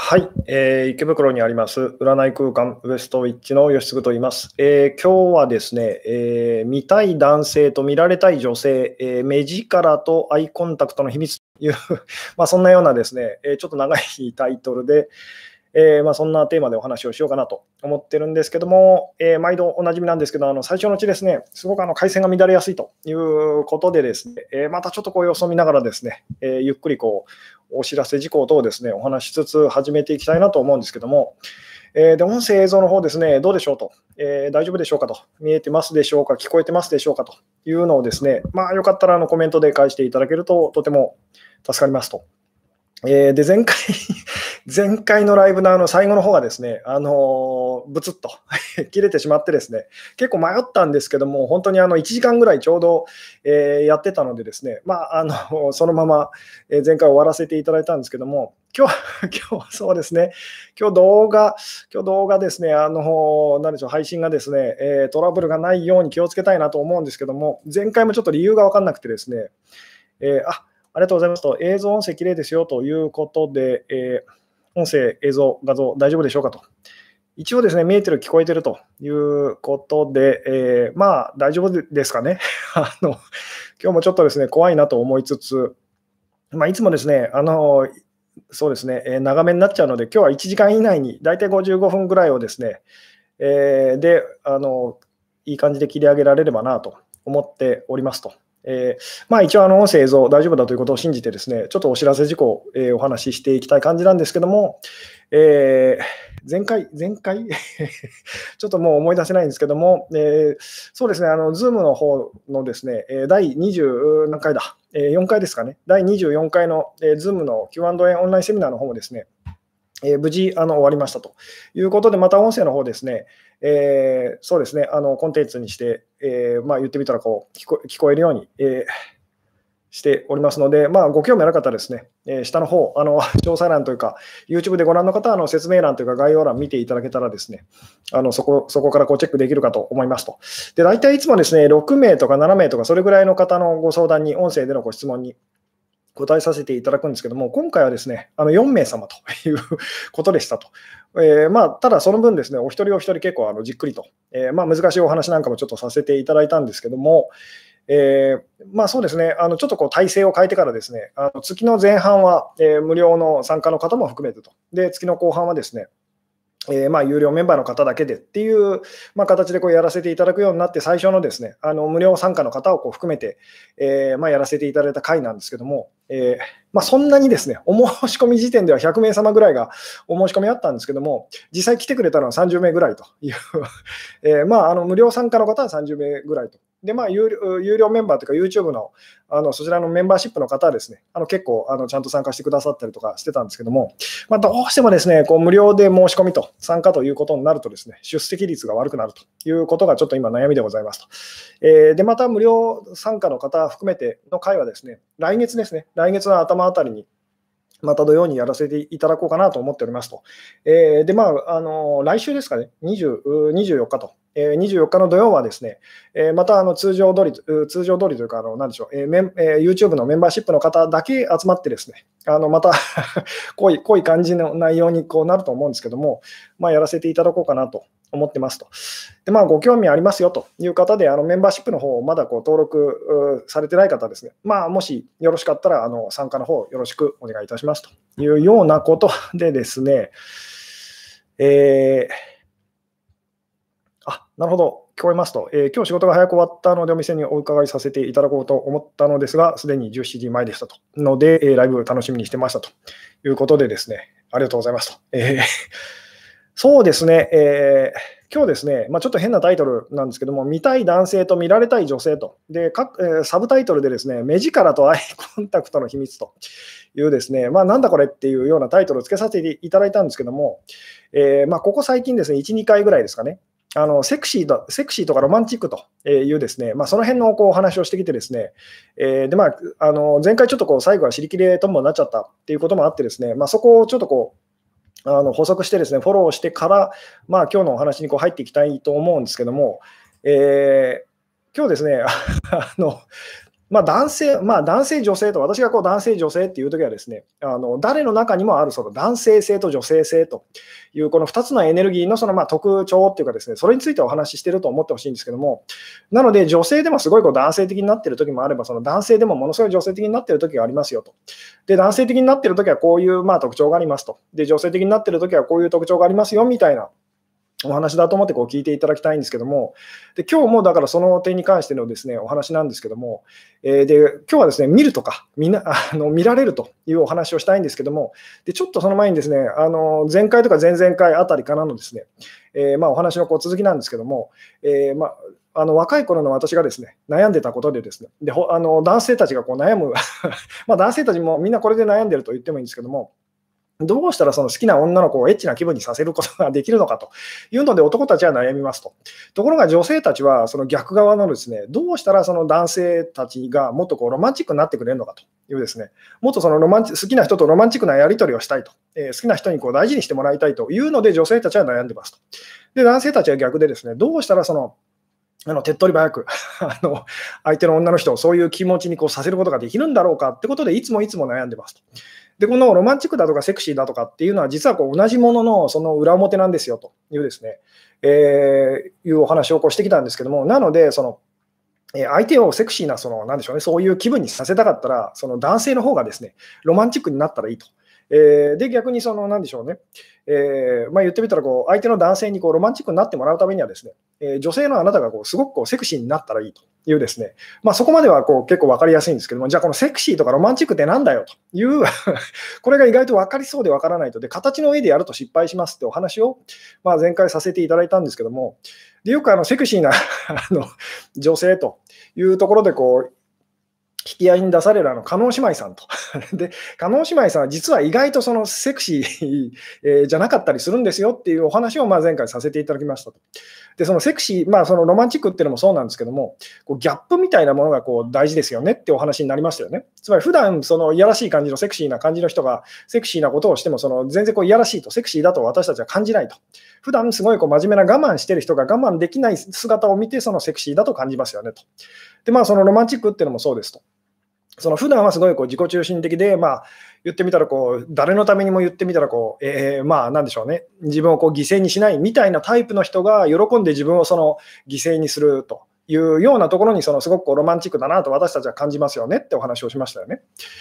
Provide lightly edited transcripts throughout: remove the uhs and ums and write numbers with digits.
はい、池袋にあります占い空間ウエストウィッチの吉嗣と言います。今日はですね、見たい男性と見られたい女性、目力とアイコンタクトの秘密というそんなようなですね、ちょっと長いタイトルで、そんなテーマでお話をしようかなと思ってるんですけども、毎度おなじみなんですけど、最初のうちですね、すごく回線が乱れやすいということでですね、またちょっと様子を見ながらですね、ゆっくりお知らせ事項等をですね、お話しつつ始めていきたいなと思うんですけども、で音声映像の方ですね、どうでしょうと、大丈夫でしょうかと、見えてますでしょうか、聞こえてますでしょうかというのをですね、よかったらコメントで返していただけるととても助かりますと。で前回のライブの最後の方がですね、ブツッと切れてしまってですね、結構迷ったんですけども、本当に1時間ぐらいちょうど、やってたのでですね、そのまま、前回終わらせていただいたんですけども、今日そうですね、今日動画ですね、なんでしょう、配信がですね、トラブルがないように気をつけたいなと思うんですけども、前回もちょっと理由が分かんなくてですね、ありがとうございますと、映像、音声きれいですよということで、音声、映像、画像、大丈夫でしょうかと。一応ですね、見えてる、聞こえてるということで、大丈夫ですかね。今日もちょっとですね、怖いなと思いつつ、いつもですね、そうですね、長めになっちゃうので、今日は1時間以内に、だいたい55分ぐらいをですね、で、いい感じで切り上げられればなと思っておりますと。一応音声映像大丈夫だということを信じてですね、ちょっとお知らせ事項、お話ししていきたい感じなんですけども、前回ちょっともう思い出せないんですけども、そうですね、Zoom の方のですね、第20何回だ、4回ですかね、第24回の、Zoom の Q&A オンラインセミナーの方もですね、無事終わりましたということで、また音声の方ですね、そうですね、コンテンツにして、言ってみたら聞こえるように、しておりますので、ご興味ある方はですね、下の方、詳細欄というか、YouTube でご覧の方は説明欄というか概要欄見ていただけたらですね、そこからチェックできるかと思いますと。で、大体いつもですね、6名とか7名とか、それぐらいの方のご相談に、音声でのご質問に答えさせていただくんですけども、今回はですね、4名様ということでしたと。ただその分ですね、お一人お一人結構じっくりと、難しいお話なんかもちょっとさせていただいたんですけども、そうですね、ちょっと体制を変えてからですね、月の前半は、無料の参加の方も含めてと。で、月の後半はですね、有料メンバーの方だけでっていう、形でやらせていただくようになって、最初のですね、無料参加の方を含めて、やらせていただいた回なんですけども、そんなにですね、お申し込み時点では100名様ぐらいがお申し込みあったんですけども、実際来てくれたのは30名ぐらいという無料参加の方は30名ぐらいと。で、有料メンバーというか、YouTube の、そちらのメンバーシップの方はですね、結構ちゃんと参加してくださったりとかしてたんですけども、どうしてもですね、無料で申し込みと参加ということになるとですね、出席率が悪くなるということがちょっと今悩みでございますと。で、また無料参加の方含めての会はですね、来月ですね、来月の頭あたりに、また土曜にやらせていただこうかなと思っておりますと。で、来週ですかね、24日と。24日の土曜はですね、また通常通りというか、なんでしょう、YouTube のメンバーシップの方だけ集まってですね、また濃い感じの内容になると思うんですけども、やらせていただこうかなと思ってますと。で、ご興味ありますよという方で、メンバーシップの方をまだ登録されてない方はですね、もしよろしかったら、参加の方よろしくお願いいたしますというようなことでですね、なるほど、聞こえますと。今日仕事が早く終わったので、お店にお伺いさせていただこうと思ったのですが、すでに17時前でしたと。ので、ライブ楽しみにしてましたということでですね、ありがとうございますと。そうですね、今日ですね、ちょっと変なタイトルなんですけども、見たい男性と見られたい女性と、でサブタイトルでですね、目力とアイコンタクトの秘密というですね、なんだこれっていうようなタイトルをつけさせていただいたんですけども、ここ最近ですね、1、2回ぐらいですかね、セクシーとかロマンチックというですね、その辺のお話をしてきてですね、で前回ちょっと最後は尻切れともなっちゃったっていうこともあってですね、そこをちょっと補足してですね、フォローしてから、今日のお話に入っていきたいと思うんですけども、今日ですね、 男性、女性と、私がこう男性、女性っていうときはですね、誰の中にもあるその男性性と女性性という、この2つのエネルギーのその特徴っていうかですね、それについてお話ししていると思ってほしいんですけども、なので、女性でもすごいこう男性的になっているときもあれば、その男性でもものすごい女性的になっているときがありますよと。で、男性的になっているときはこういう特徴がありますと。で、女性的になっているときはこういう特徴がありますよみたいなお話だと思ってこう聞いていただきたいんですけども、で今日もだからその点に関してのですねお話なんですけども、で今日はですね見るとか見られるというお話をしたいんですけども、でちょっとその前にですね前回とか前々回あたりからのですね、お話のこう続きなんですけども、若い頃の私がですね悩んでたことでですね、で男性たちがこう悩む男性たちもみんなこれで悩んでると言ってもいいんですけども、どうしたらその好きな女の子をエッチな気分にさせることができるのかというので男たちは悩みますと。ところが女性たちはその逆側のですね、どうしたらその男性たちがもっとこうロマンチックになってくれるのかというですね、もっとその好きな人とロマンチックなやり取りをしたいと、好きな人にこう大事にしてもらいたいというので女性たちは悩んでますと。で、男性たちは逆でですね、どうしたらその手っ取り早く相手の女の人をそういう気持ちにこうさせることができるんだろうかってことでいつも悩んでますと。で、このロマンチックだとかセクシーだとかっていうのは、実はこう同じもののその裏表なんですよというですね、いうお話をこうしてきたんですけども、なので、相手をセクシーな、なんでしょうね、そういう気分にさせたかったら、その男性の方がですね、ロマンチックになったらいいと。で、逆になんでしょうね、言ってみたらこう、相手の男性にこうロマンチックになってもらうためにはですね、女性のあなたがこうすごくこうセクシーになったらいいというですね、そこまではこう結構分かりやすいんですけども、じゃあこのセクシーとかロマンチックってなんだよというこれが意外と分かりそうで分からないと、で形の上でやると失敗しますってお話を、前回させていただいたんですけども、でよくセクシーな女性というところでこう引き合いに出される叶姉妹さんとで、叶姉妹さんは実は意外とそのセクシーじゃなかったりするんですよっていうお話を前回させていただきましたと。で、そのセクシー、そのロマンチックっていうのもそうなんですけども、こうギャップみたいなものがこう大事ですよねってお話になりましたよね。つまり普段そのいやらしい感じのセクシーな感じの人がセクシーなことをしても全然こういやらしいと、セクシーだと私たちは感じないと。普段すごいこう真面目な我慢してる人が我慢できない姿を見てそのセクシーだと感じますよねと。で、そのロマンチックっていうのもそうですと。普段はすごいこう自己中心的で、言ってみたらこう、誰のためにも言ってみたらこう、なんでしょうね、自分をこう犠牲にしないみたいなタイプの人が喜んで自分を犠牲にするというようなところにすごくこうロマンチックだなと私たちは感じますよねってお話をしましたよね。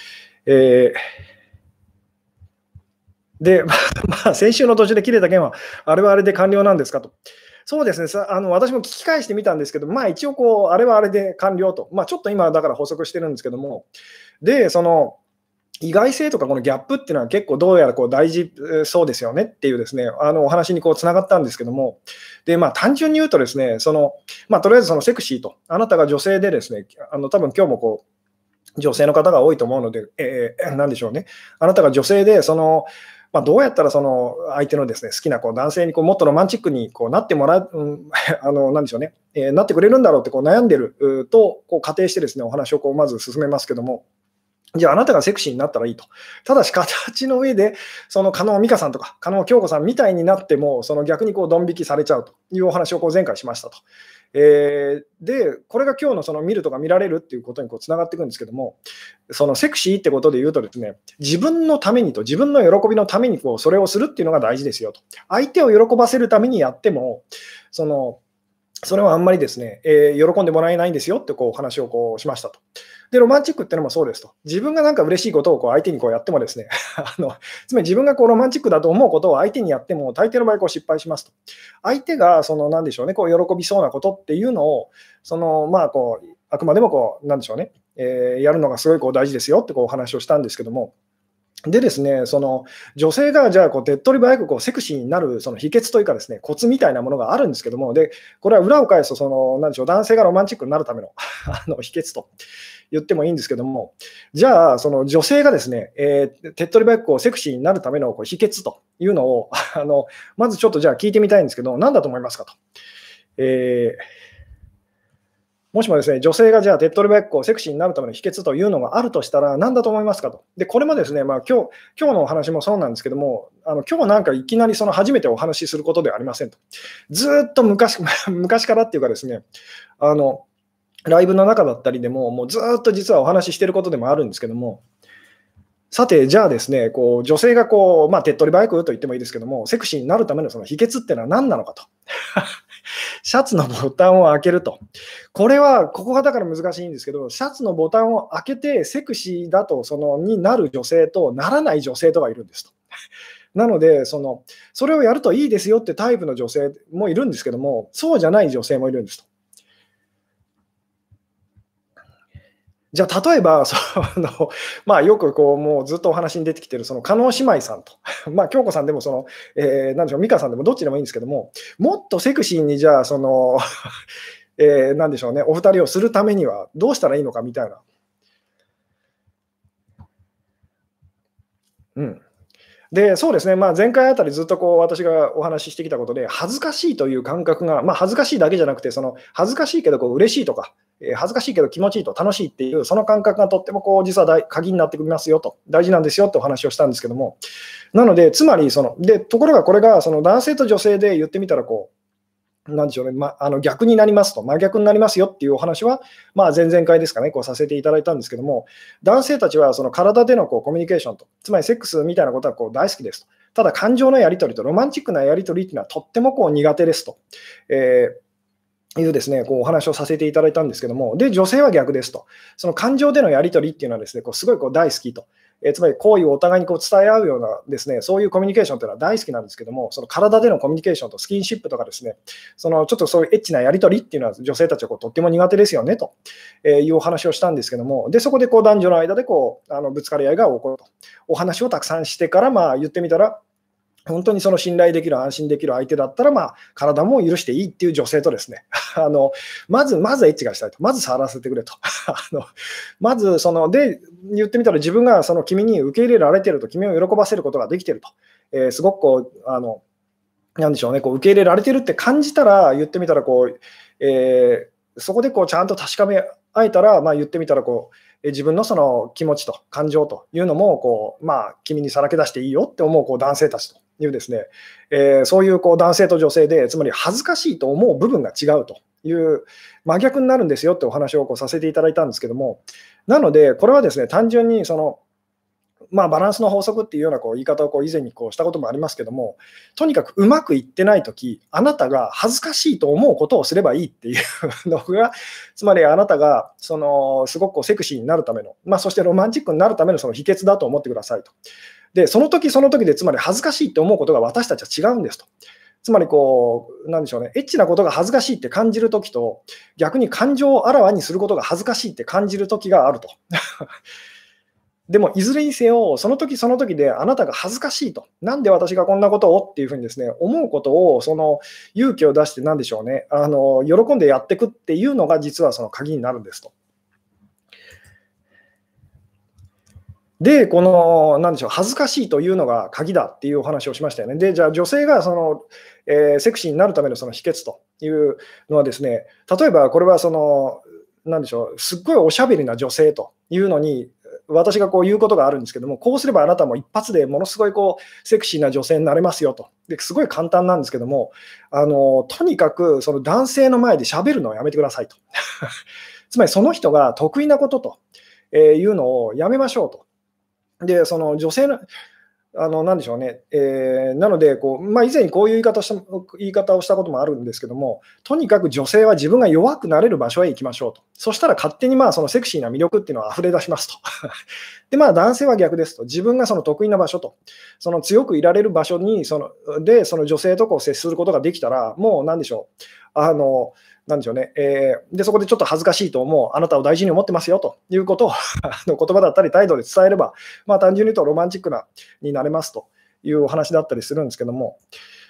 で、先週の途中で切れた件は、あれはあれで完了なんですかと。そうですね、私も聞き返してみたんですけど、一応こう、あれはあれで完了と。ちょっと今だから補足してるんですけども、で、意外性とかこのギャップっていうのは結構どうやらこう大事そうですよねっていうですね、お話にこうつながったんですけども、で、単純に言うとですね、とりあえずセクシーと、あなたが女性でですね、多分今日もこう、女性の方が多いと思うので、なんでしょうね、あなたが女性で、どうやったら相手のですね好きなこう男性にこうもっとロマンチックにこうなってもらう、なんでしょうね、なってくれるんだろうってこう悩んでるとこう仮定してですねお話をこうまず進めますけども、じゃああなたがセクシーになったらいいと。ただし形の上で加納美香さんとか加納京子さんみたいになっても逆にこうドン引きされちゃうというお話をこう前回しましたと。で、これが今日の見るとか見られるっていうことにこうつながっていくんですけども、セクシーってことで言うとですね、自分のためにと、自分の喜びのためにこうそれをするっていうのが大事ですよと。相手を喜ばせるためにやっても、それはあんまりですね、喜んでもらえないんですよってこうお話をこうしましたと。で、ロマンチックっていうのもそうですと。自分がなんか嬉しいことをこう相手にこうやってもですね、つまり自分がこうロマンチックだと思うことを相手にやっても、大抵の場合こう失敗しますと。相手がなんでしょうね、こう喜びそうなことっていうのを、こうあくまでもこうなんでしょうね、やるのがすごいこう大事ですよってこうお話をしたんですけども。でですね、女性がじゃあこう手っ取り早くこうセクシーになる秘訣というかですね、コツみたいなものがあるんですけども、でこれは裏を返すとなんでしょう、男性がロマンチックになるための秘訣と言ってもいいんですけども、じゃあ女性がですね、手っ取り早くこうセクシーになるためのこう秘訣というのをまずちょっとじゃあ聞いてみたいんですけど、何だと思いますかと。もしもですね、女性がじゃあ手っ取り早くこうセクシーになるための秘訣というのがあるとしたら何だと思いますかと。で、これもですね、今日のお話もそうなんですけども、今日なんかいきなり初めてお話しすることではありませんと。ずーっと昔からっていうかですね、 ライブの中だったりでも、もうずっと実はお話ししてることでもあるんですけども、さて、じゃあですね、こう女性がこう、手っ取り早くと言ってもいいですけども、セクシーになるためのその秘訣っていうのは何なのかと。シャツのボタンを開けると。これは、ここがだから難しいんですけど、シャツのボタンを開けてセクシーだとになる女性とならない女性とがいるんですと。なので、それをやるといいですよってタイプの女性もいるんですけども、そうじゃない女性もいるんですと。じゃあ、例えば、よくこう、もうずっとお話に出てきているその叶姉妹さんと、京子さんでもなんでしょう、美香さんでもどっちでもいいんですけども、もっとセクシーにじゃあ、なんでしょうね、お二人をするためにはどうしたらいいのかみたいな。うん。で、そうですね、前回あたりずっとこう私がお話ししてきたことで、恥ずかしいという感覚が、恥ずかしいだけじゃなくて、恥ずかしいけどこう嬉しいとか、恥ずかしいけど気持ちいいと楽しいっていう、その感覚がとってもこう実は鍵になってきますよと、大事なんですよってお話をしたんですけども、なので、つまりところがこれが男性と女性で言ってみたらこうなんでしょうね、逆になりますと、真逆になりますよっていうお話は、前々回ですかね、こうさせていただいたんですけども、男性たちはその体でのこうコミュニケーションと、つまりセックスみたいなことはこう大好きですと。ただ、感情のやり取りとロマンチックなやり取りっていうのはとってもこう苦手ですと。いうですね、こうお話をさせていただいたんですけども、で、女性は逆ですと。その感情でのやり取りっていうのはですね、すごいこう大好きと。つまり好意をお互いにこう伝え合うようなですね、そういうコミュニケーションというのは大好きなんですけども、その体でのコミュニケーションとスキンシップとかですね、ちょっとそういうエッチなやり取りっていうのは女性たちはとっても苦手ですよねというお話をしたんですけども、で、そこでこう男女の間でぶつかり合いが起こると。お話をたくさんしてから、言ってみたら、本当にその信頼できる、安心できる相手だったら、体も許していいっていう女性とですね、まずエッチがしたいと。まず触らせてくれと。まずで、言ってみたら自分が君に受け入れられていると、君を喜ばせることができていると。すごくなんでしょうね、こう受け入れられているって感じたら、言ってみたらそこでちゃんと確かめ合えたら、言ってみたら自分のその気持ちと感情というのも君にさらけ出していいよって思う男性たちというですね、そういう男性と女性で、つまり恥ずかしいと思う部分が違うという真逆になるんですよってお話をさせていただいたんですけども、なので、これはですね、単純にバランスの法則っていうような言い方を以前にしたこともありますけども、とにかくうまくいってないとき、あなたが恥ずかしいと思うことをすればいいっていうのが、つまりあなたがすごくセクシーになるための、そしてロマンチックになるためのその秘訣だと思ってくださいと。で、その時その時で、つまり恥ずかしいって思うことが私たちは違うんですと。つまりなんでしょうね、エッチなことが恥ずかしいって感じるときと、逆に感情をあらわにすることが恥ずかしいって感じるときがあると。でも、いずれにせよ、その時その時であなたが恥ずかしいと、なんで私がこんなことをっていうふうにですね、思うことを、勇気を出して、なんでしょうね、喜んでやっていくっていうのが、実はその鍵になるんですと。で、なんでしょう、恥ずかしいというのが鍵だっていうお話をしましたよね。で、じゃあ女性がセクシーになるためのその秘訣というのはですね、例えばこれはなんでしょう、すっごいおしゃべりな女性というのに、私が言うことがあるんですけども、こうすればあなたも一発でものすごいセクシーな女性になれますよと。ですごい簡単なんですけども、とにかくその男性の前で喋るのをやめてくださいと。つまりその人が得意なことというのをやめましょうと。で、その女性の、なんでしょうね、なので以前にこういう言い方をしたこともあるんですけども、とにかく女性は自分が弱くなれる場所へ行きましょうと。そしたら勝手にそのセクシーな魅力っていうのは溢れ出しますと。で、男性は逆ですと。自分がその得意な場所と、その強くいられる場所に、その女性と接することができたら、もうなんでしょう。なんでしょうね、でそこでちょっと恥ずかしいと思う、あなたを大事に思ってますよということを言葉だったり態度で伝えれば、単純に言うとロマンチックになれますというお話だったりするんですけども、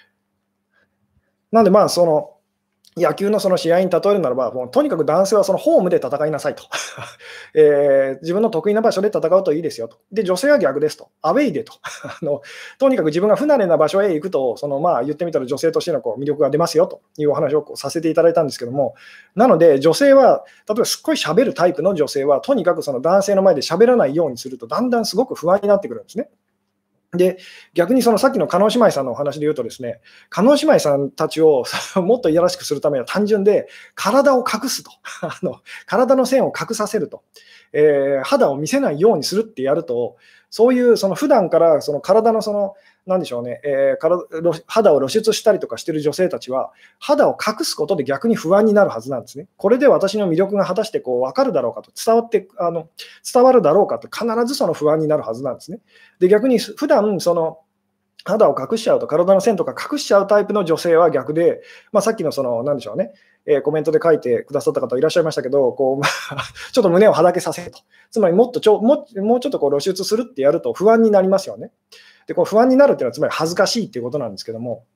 なんで野球のその試合に例えるならば、もうとにかく男性はそのホームで戦いなさいと、自分の得意な場所で戦うといいですよと。で、女性は逆ですと。アウェイでと。とにかく自分が不慣れな場所へ行くと、言ってみたら女性としての魅力が出ますよというお話をさせていただいたんですけども、なので女性は、例えばすっごい喋るタイプの女性は、とにかくその男性の前で喋らないようにすると、だんだんすごく不安になってくるんですね。 で、逆にそのさっきの叶姉妹さんのお話で言うとですね、叶姉妹さんたちをもっといやらしくするためには単純で、体を隠すと。体の線を隠させると。肌を見せないようにするってやると、そういうその普段からその体のその、なんでしょうね、肌を露出したりとかしている女性たちは、肌を隠すことで逆に不安になるはずなんですね。これで私の魅力が果たしてこう分かるだろうかと、伝わるだろうかと、必ずその不安になるはずなんですね。で、逆に普段その肌を隠しちゃうと、体の線とか隠しちゃうタイプの女性は逆で、さっきのその、なんでしょうね、コメントで書いてくださった方いらっしゃいましたけど、こうちょっと胸をはだけさせると。つまりもうちょっとこう露出するってやると不安になりますよね。で、こう不安になるっていうのはつまり恥ずかしいっていうことなんですけども。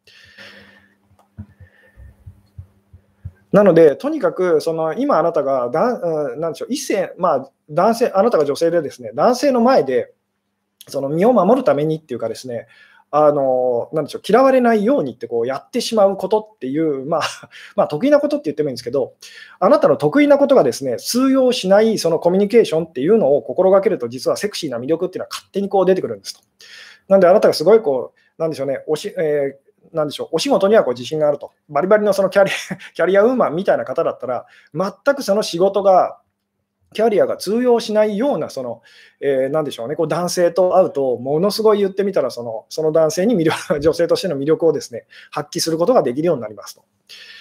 なので、とにかくその今あなたがなんでしょう、男性、あなたが女性でですね、男性の前でその身を守るためにっていうかですね、なんでしょう、嫌われないようにってこうやってしまうことっていう、得意なことって言ってもいいんですけど、あなたの得意なことがですね、通用しないそのコミュニケーションっていうのを心がけると、実はセクシーな魅力っていうのは勝手にこう出てくるんですと。なんであなたがすごいこう、なんでしょうね、なんでしょう、お仕事にはこう自信があると。バリバリのそのキャリアウーマンみたいな方だったら、全くその仕事がキャリアが通用しないようなその、なんでしょうね、こう男性と会うと、ものすごい言ってみたらその男性に女性としての魅力をですね、発揮することができるようになりますと。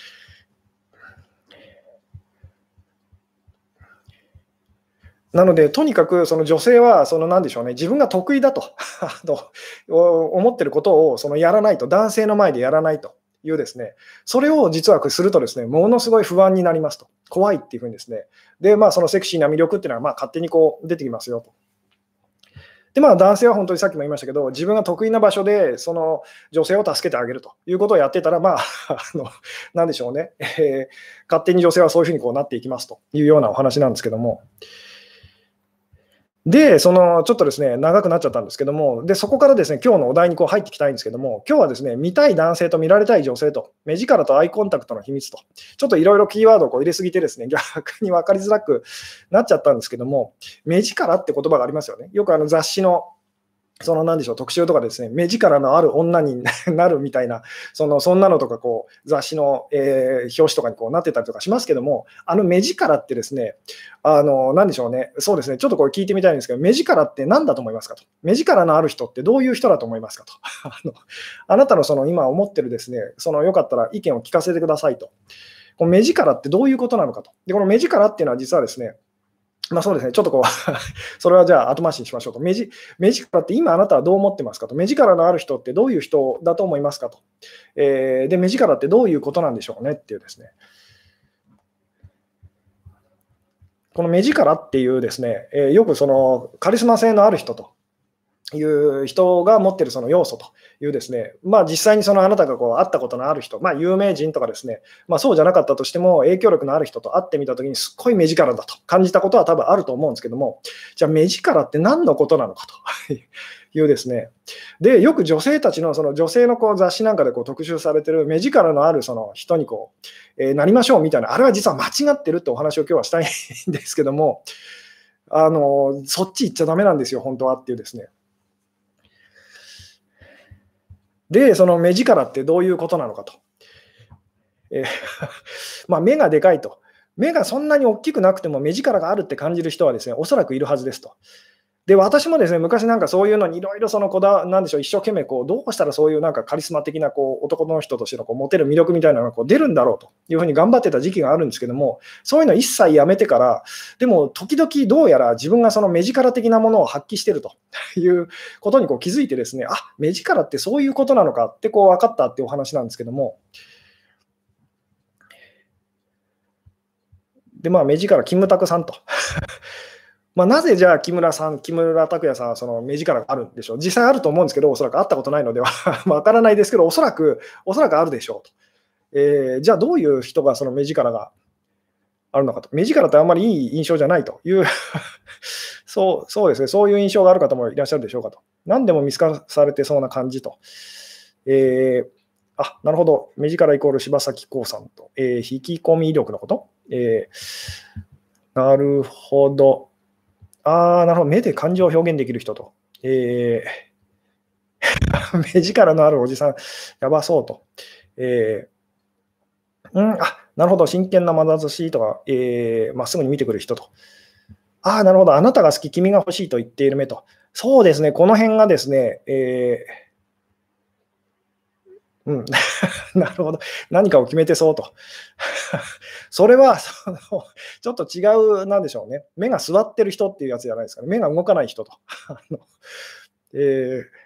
なので、とにかくその女性は、そのなんでしょうね、自分が得意だと思ってることをそのやらないと、男性の前でやらないというですね、それを実はするとですね、ものすごい不安になりますと。怖いっていうふうにですね。で、そのセクシーな魅力っていうのは勝手にこう出てきますよと。で、男性は本当にさっきも言いましたけど、自分が得意な場所でその女性を助けてあげるということをやってたら、なんでしょうね、勝手に女性はそういうふうにこうなっていきますというようなお話なんですけども。で、ちょっとですね、長くなっちゃったんですけども、で、そこからですね、今日のお題にこう入っていきたいんですけども、今日はですね、見たい男性と見られたい女性と、目力とアイコンタクトの秘密と、ちょっといろいろキーワードをこう入れすぎてですね、逆に分かりづらくなっちゃったんですけども、目力って言葉がありますよね。よく雑誌のなんでしょう、特集とかですね、目力のある女になるみたいな、そんなのとかこう、雑誌の、表紙とかにこうなってたりとかしますけども、目力ってですね、なんでしょうね、そうですね、ちょっとこれ聞いてみたいんですけど、目力って何だと思いますかと。目力のある人ってどういう人だと思いますかと。あなたの今思ってるですね、よかったら意見を聞かせてくださいと。この目力ってどういうことなのかと。で、この目力っていうのは実はですね、そうですね、ちょっとこうそれはじゃあ後回しにしましょうと。目力って今あなたはどう思ってますかと。目力のある人ってどういう人だと思いますかと。で、目力ってどういうことなんでしょうねっていうですね。この目力っていうですね、よくカリスマ性のある人という人が持っているその要素というですね、実際にあなたがこう会ったことのある人、有名人とかですね、そうじゃなかったとしても影響力のある人と会ってみたときにすっごい目力だと感じたことは多分あると思うんですけども、じゃあ目力って何のことなのかというですね。で、よく女性たちの女性のこう雑誌なんかでこう特集されている目力のある人にこう、なりましょうみたいな、あれは実は間違ってるってお話を今日はしたいんですけども、そっち行っちゃだめなんですよ、本当はっていうですね。で、その目力ってどういうことなのかと。え目がでかいと。目がそんなに大きくなくても目力があるって感じる人はですね、おそらくいるはずですと。で、私もですね、昔なんかそういうのにいろいろなんでしょう、一生懸命こう、どうしたらそういうなんかカリスマ的なこう、男の人としてのこうモテる魅力みたいなのがこう出るんだろうというふうに頑張ってた時期があるんですけども、そういうの一切やめてから、でも時々どうやら自分がその目力的なものを発揮してるということにこう気づいてですね、あ、目力ってそういうことなのかってこう分かったっていうお話なんですけども、で、目力キムタクさんと。なぜじゃあ木村拓哉さんはその目力があるんでしょう。実際あると思うんですけど、おそらく会ったことないのではわからないですけど、おそらくあるでしょうと。じゃあどういう人がその目力があるのかと。目力ってあんまりいい印象じゃないというそうですね、そういう印象がある方もいらっしゃるでしょうかと。何でも見透かされてそうな感じと。なるほど。目力イコール柴咲コウさんと。引き込み力のこと、なるほど。なるほど。目で感情を表現できる人と。 目力のあるおじさん、やばそうと。えなるほど、真剣な眼差しとか、まっすぐに見てくる人と。なるほど、あなたが好き、君が欲しいと言っている目と。そうですね、この辺がですね、うん、なるほど、何かを決めてそうと。それはちょっと違う、なんでしょうね、目が座ってる人っていうやつじゃないですかね。目が動かない人と。のえー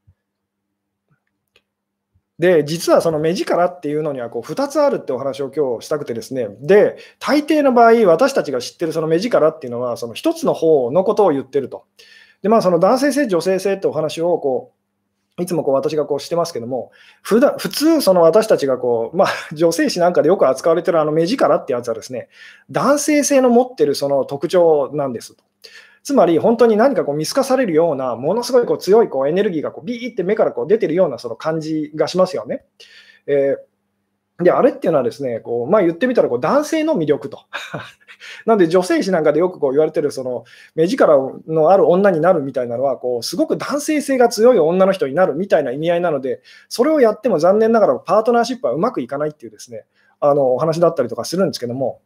で、実はその目力っていうのにはこう2つあるってお話を今日したくてですね、で、大抵の場合、私たちが知ってるその目力っていうのは、その1つの方のことを言ってると。で、その男性性、女性性ってお話をいつも私がしてますけども、普通その私たちが女性誌なんかでよく扱われてるあの目力ってやつはですね、男性性の持ってるその特徴なんですと。つまり本当に何か見透かされるような、ものすごい強いエネルギーがビーって目から出てるようなその感じがしますよね。えで、あれっていうのはですね、言ってみたら男性の魅力と。なんで女性誌なんかでよく言われてるその目力のある女になるみたいなのは、すごく男性性が強い女の人になるみたいな意味合いなので、それをやっても残念ながらパートナーシップはうまくいかないっていうですね、お話だったりとかするんですけども、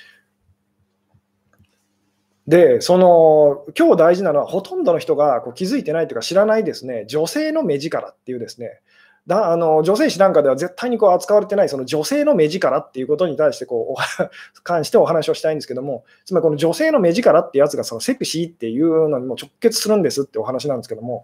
で、今日大事なのは、ほとんどの人が気づいてないというか知らないですね、女性の目力っていうですね、女性誌なんかでは絶対に扱われてないその女性の目力っていうことに対して関してお話をしたいんですけども、つまりこの女性の目力ってやつがそのセクシーっていうのにも直結するんですってお話なんですけども、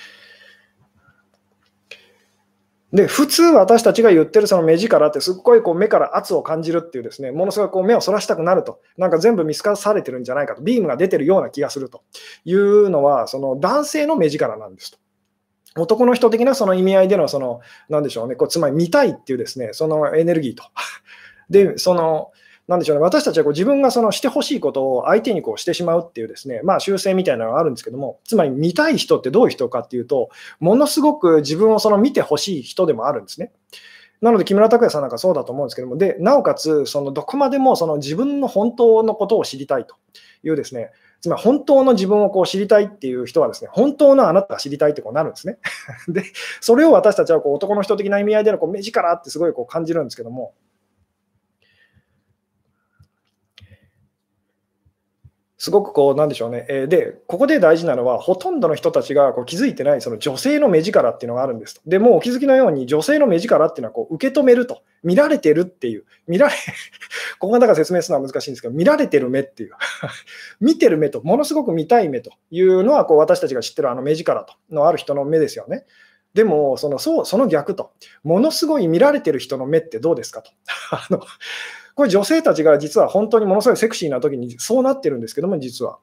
で、普通私たちが言ってるその目力ってすっごい目から圧を感じるっていうですね、ものすごい目をそらしたくなると、なんか全部見透かされてるんじゃないかと、ビームが出てるような気がするというのは、その男性の目力なんですと。男の人的なその意味合いでのなんでしょうね、つまり見たいっていうですね、そのエネルギーと。で、なんでしょうね、私たちは自分がしてほしいことを相手にしてしまうっていうですね、習性みたいなのがあるんですけども、つまり見たい人ってどういう人かっていうと、ものすごく自分を見てほしい人でもあるんですね。なので木村拓哉さんなんかそうだと思うんですけども、で、なおかつどこまでも自分の本当のことを知りたいというですね、つまり本当の自分を知りたいっていう人はですね、本当のあなたが知りたいってなるんですね。で、それを私たちは男の人的な意味合いでの目力ってすごい感じるんですけども、すごくなんでしょうね。で、ここで大事なのは、ほとんどの人たちが気づいてないその女性の目力っていうのがあるんですと。で、もうお気づきのように、女性の目力っていうのは受け止めると、見られてるっていう、ここがだから説明するのは難しいんですけど、見られてる目っていう、見てる目と、ものすごく見たい目というのは、私たちが知ってるあの目力のある人の目ですよね。でも、その逆と、ものすごい見られてる人の目ってどうですかと。これ女性たちが実は本当にものすごいセクシーな時にそうなってるんですけども、実は。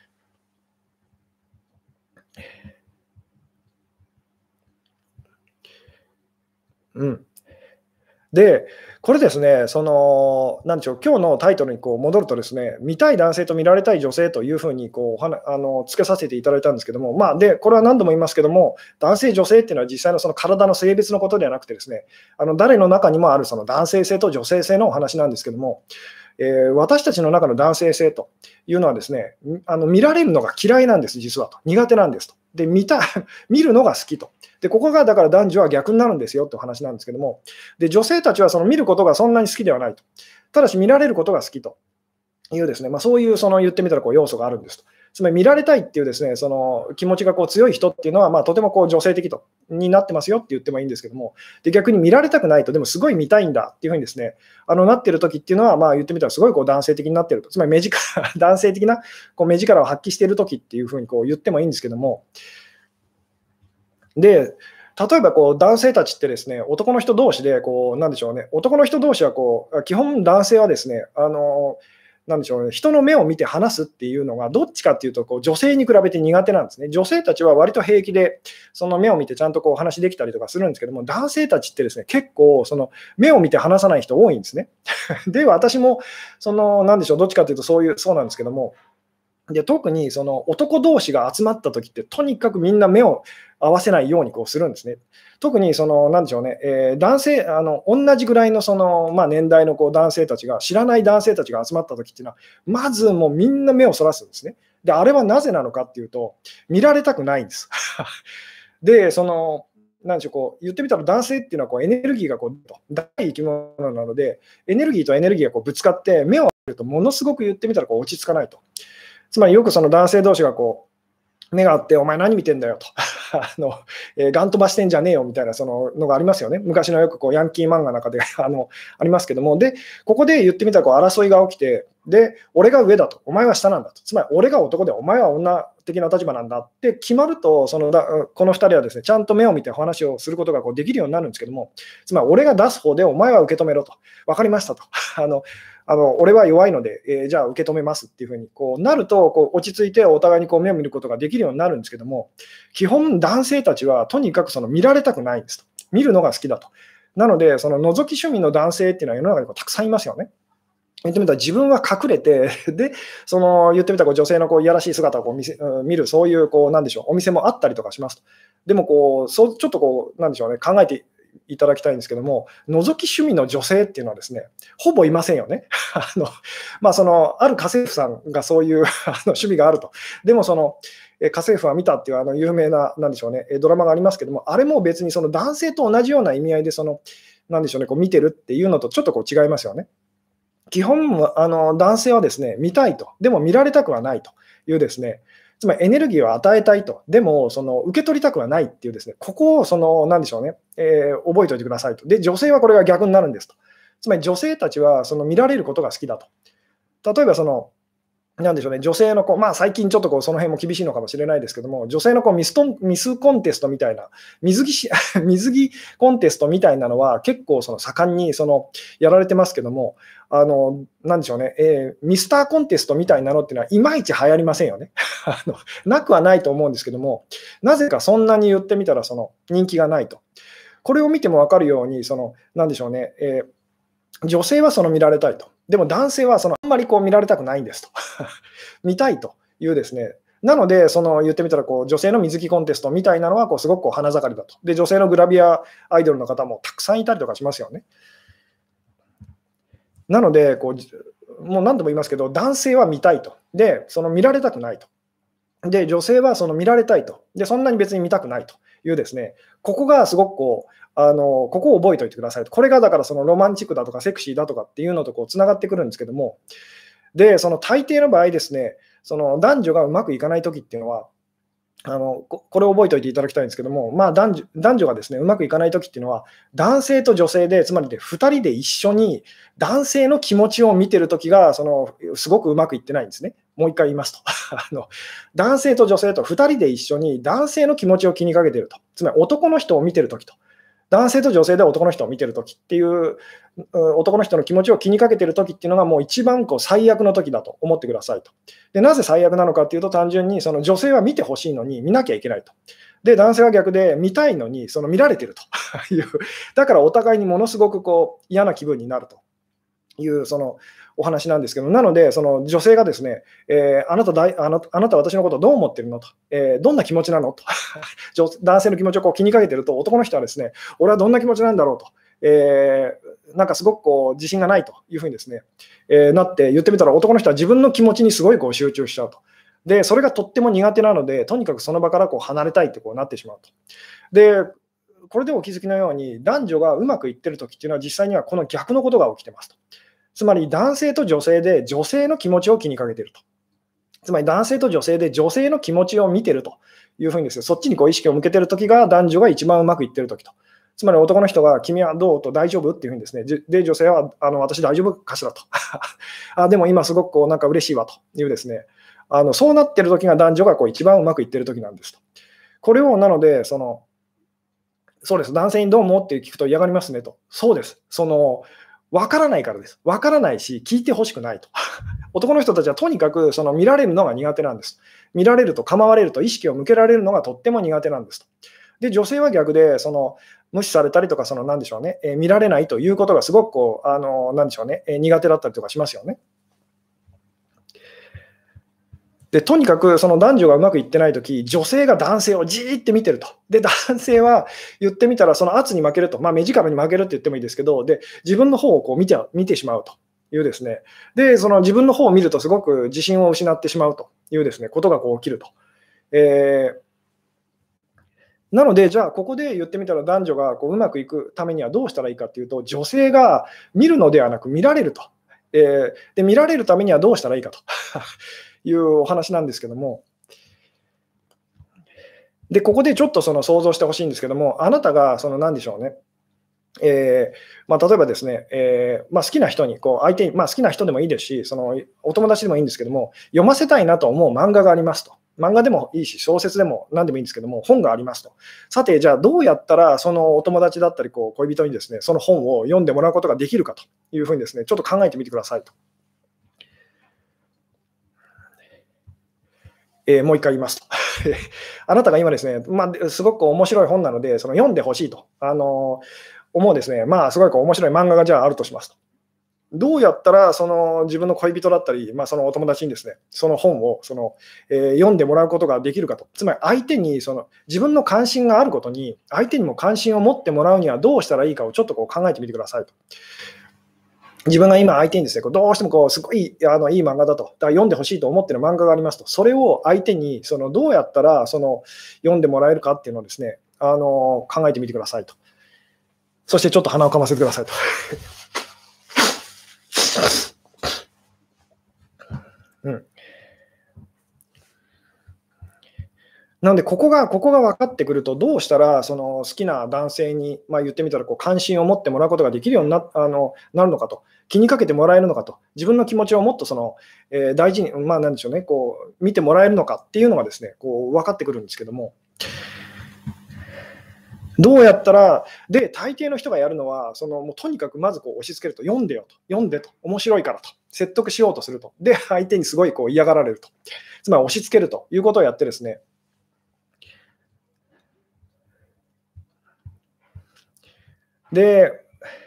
うん。で、これですね、なんでしょう、今日のタイトルに戻るとですね、見たい男性と見られたい女性というふうにつけさせていただいたんですけども、で、これは何度も言いますけども、男性、女性っていうのは実際のその体の性別のことではなくてですね、誰の中にもあるその男性性と女性性のお話なんですけども、私たちの中の男性性というのはですね、見られるのが嫌いなんです、実はと。苦手なんですと。で、見るのが好きと。で、ここがだから男女は逆になるんですよってお話なんですけども、で、女性たちはその見ることがそんなに好きではないと。ただし見られることが好きというですね、そういう言ってみたら要素があるんですと。つまり見られたいっていうですね、その気持ちが強い人っていうのは、とても女性的になってますよって言ってもいいんですけども、で逆に見られたくないと、でもすごい見たいんだっていうふうにですね、なってる時っていうのは、言ってみたらすごい男性的になってると、つまり目力、男性的な目力を発揮している時っていうふうに言ってもいいんですけども、で、例えば男性たちってですね、男の人同士でなんでしょうね、男の人同士は基本男性はですね、なんでしょうね、人の目を見て話すっていうのがどっちかっていうと女性に比べて苦手なんですね。女性たちは割と平気でその目を見てちゃんと話できたりとかするんですけども、男性たちってですね、結構その目を見て話さない人多いんですね。で、私もなんでしょう、どっちかというとそうなんですけども、で特にその男同士が集まった時って、とにかくみんな目を合わせないようにするんですね。特になんでしょうね、男性、同じぐらいの年代の男性たちが、知らない男性たちが集まった時っていうのは、まずもうみんな目をそらすんですね。で、あれはなぜなのかっていうと、見られたくないんです。で、 なんでしょう、言ってみたら男性っていうのはエネルギーが大生き物なので、エネルギーとエネルギーがぶつかって、目を開けるとものすごく言ってみたら落ち着かないと。つまりよくその男性同士が目があって、お前何見てんだよとガン飛ばしてんじゃねえよみたいなそののがありますよね。昔のよくヤンキー漫画の中でありますけども、で、ここで言ってみたら争いが起きて、で、俺が上だと、お前は下なんだと、つまり俺が男で、お前は女的な立場なんだって決まると、この2人はですね、ちゃんと目を見て話をすることができるようになるんですけども、つまり俺が出す方で、お前は受け止めろと、分かりましたと。俺は弱いので、じゃあ受け止めますっていうふうになると、落ち着いてお互いに目を見ることができるようになるんですけども、基本、男性たちはとにかく見られたくないんですと。見るのが好きだと。なので、その覗き趣味の男性っていうのは世の中にたくさんいますよね。言ってみたら自分は隠れて、で、言ってみたら女性のいやらしい姿を見る、そういうなんでしょう、お店もあったりとかしますと。でもちょっとなんでしょうね、考えていただきたいんですけども、覗き趣味の女性っていうのはですね、ほぼいませんよね。ある家政婦さんがそういう趣味があると。でも家政婦は見たっていう有名な、なんでしょうね、ドラマがありますけども、あれも別に男性と同じような意味合いでなんでしょうね、見てるっていうのとちょっと違いますよね。基本、男性はですね、見たいと、でも見られたくはないというですね、つまりエネルギーを与えたいと、でも受け取りたくはないっていうですね、ここをなんでしょうね、覚えておいてくださいと。で、女性はこれが逆になるんですと。つまり女性たちは見られることが好きだと。例えばなんでしょうね、女性の最近ちょっとその辺も厳しいのかもしれないですけども、女性のミスコンテストみたいな、水着コンテストみたいなのは結構盛んにやられてますけども、なんでしょうね、ミスターコンテストみたいなのっていうのは、いまいち流行りませんよね。なくはないと思うんですけども、なぜかそんなに言ってみたら人気がないと。これを見ても分かるように、なんでしょうね、女性は見られたいと。でも男性はあんまり見られたくないんですと。見たいというですね。なので、言ってみたら女性の水着コンテストみたいなのはすごく花盛りだと。で、女性のグラビアアイドルの方もたくさんいたりとかしますよね。なので、もう何度も言いますけど、男性は見たいと。で、見られたくないと。で、女性は見られたいと。で、そんなに別に見たくないというですね、ここがすごくここを覚えておいてくださいと。これがだからロマンチックだとかセクシーだとかっていうのとつながってくるんですけども、で、大抵の場合ですね、男女がうまくいかないときっていうのは、これを覚えておいていただきたいんですけども、男女がですね、うまくいかないときっていうのは、男性と女性で、つまりで2人で一緒に男性の気持ちを見てるときが、すごくうまくいってないんですね。もう一回言いますと。男性と女性と2人で一緒に男性の気持ちを気にかけていると。つまり男の人を見てるときと。男性と女性で男の人を見てるときっていう男の人の気持ちを気にかけてるときっていうのがもう一番最悪のときだと思ってくださいと。で、なぜ最悪なのかっていうと、単純に女性は見てほしいのに見なきゃいけないと。で、男性は逆で見たいのに見られてるという。だからお互いにものすごく嫌な気分になるというお話なんですけど、なので、女性がですね、あなた私のことどう思ってるのと、どんな気持ちなのと男性の気持ちを気にかけてると、男の人はですね、俺はどんな気持ちなんだろうと、なんかすごく自信がないというふうにですね、なって言ってみたら、男の人は自分の気持ちにすごい集中しちゃうと。で、それがとっても苦手なので、とにかくその場から離れたいってなってしまうと。で、これでお気づきのように、男女がうまくいってるときっていうのは、実際にはこの逆のことが起きてますと。つまり男性と女性で女性の気持ちを気にかけていると。つまり男性と女性で女性の気持ちを見ているというふうにですね、そっちに意識を向けているときが男女が一番うまくいっているときと。つまり男の人が君はどうと大丈夫っていうふうにですね、で女性は私大丈夫かしらと。でも今すごくなんか嬉しいわというですね、そうなっているときが男女が一番うまくいっているときなんですと。これをなのでそうです、男性にどう思うって聞くと嫌がりますねと。そうです。分からないからです。分からないし、聞いてほしくないと。男の人たちはとにかく見られるのが苦手なんです。見られると構われると意識を向けられるのがとっても苦手なんですと。で、女性は逆で、無視されたりとか、なんでしょうね、見られないということがすごくなんでしょうね、苦手だったりとかしますよね。で、とにかく男女がうまくいってないとき、女性が男性をじーって見てると。で、男性は言ってみたら、圧に負けると、目力に負けるって言ってもいいですけど、で、自分の方を見てしまうというですね。で、自分の方を見ると、すごく自信を失ってしまうというですね、ことが起きると。 なので、じゃあ、ここで言ってみたら、男女がこううまくいくためにはどうしたらいいかっていうと、女性が見るのではなく見られると。で、見られるためにはどうしたらいいかというお話なんですけども、で、ここでちょっとその想像してほしいんですけども、あなたがその何でしょうね、例えばですね、好きな人にこう相手に、好きな人でもいいですし、そのお友達でもいいんですけども、読ませたいなと思う漫画がありますと。漫画でもいいし、小説でも何でもいいんですけども、本がありますと。さて、じゃあどうやったらそのお友達だったりこう恋人にですね、その本を読んでもらうことができるかというふうにですね、ちょっと考えてみてくださいと。もう一回言いますと。あなたが今ですね、すごく面白い本なので、その読んでほしいと、思うですね、すごいこう面白い漫画がじゃああるとしますと。どうやったらその自分の恋人だったり、そのお友達にですね、その本を読んでもらうことができるかと。つまり相手にその自分の関心があることに、相手にも関心を持ってもらうにはどうしたらいいかをちょっとこう考えてみてくださいと。自分が今相手にですね、どうしてもすごいいい漫画だと、だから読んでほしいと思っている漫画がありますと、それを相手にどうやったら読んでもらえるかっていうのをですね、考えてみてくださいと。そしてちょっと鼻をかませてくださいと。うん、なので、ここが分かってくると、どうしたらその好きな男性に、言ってみたら関心を持ってもらうことができるようになるのかと、気にかけてもらえるのかと、自分の気持ちをもっと大事に、なんでしょうね、見てもらえるのかっていうのがですね、分かってくるんですけども、どうやったら、で、大抵の人がやるのは、もうとにかくまず押し付けると、読んでよと、読んでと、面白いからと、説得しようとすると、で、相手にすごい嫌がられると、つまり押し付けるということをやってですね、で、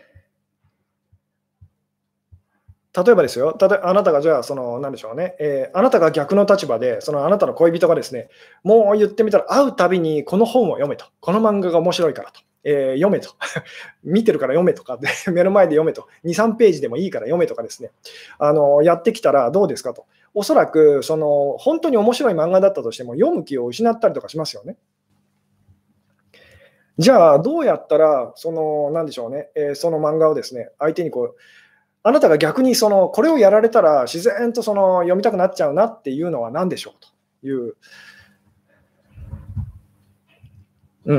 例えばですよ、あなたがじゃあ、なんでしょうね、あなたが逆の立場で、あなたの恋人がですね、もう言ってみたら、会うたびにこの本を読めと、この漫画が面白いからと、読めと、見てるから読めとかで、目の前で読めと、2、3ページでもいいから読めとかですね、やってきたらどうですかと。おそらく、本当に面白い漫画だったとしても、読む気を失ったりとかしますよね。じゃあ、どうやったら、なんでしょうね、その漫画をですね、相手にあなたが逆にこれをやられたら、自然と読みたくなっちゃうなっていうのは何でしょうという。うん。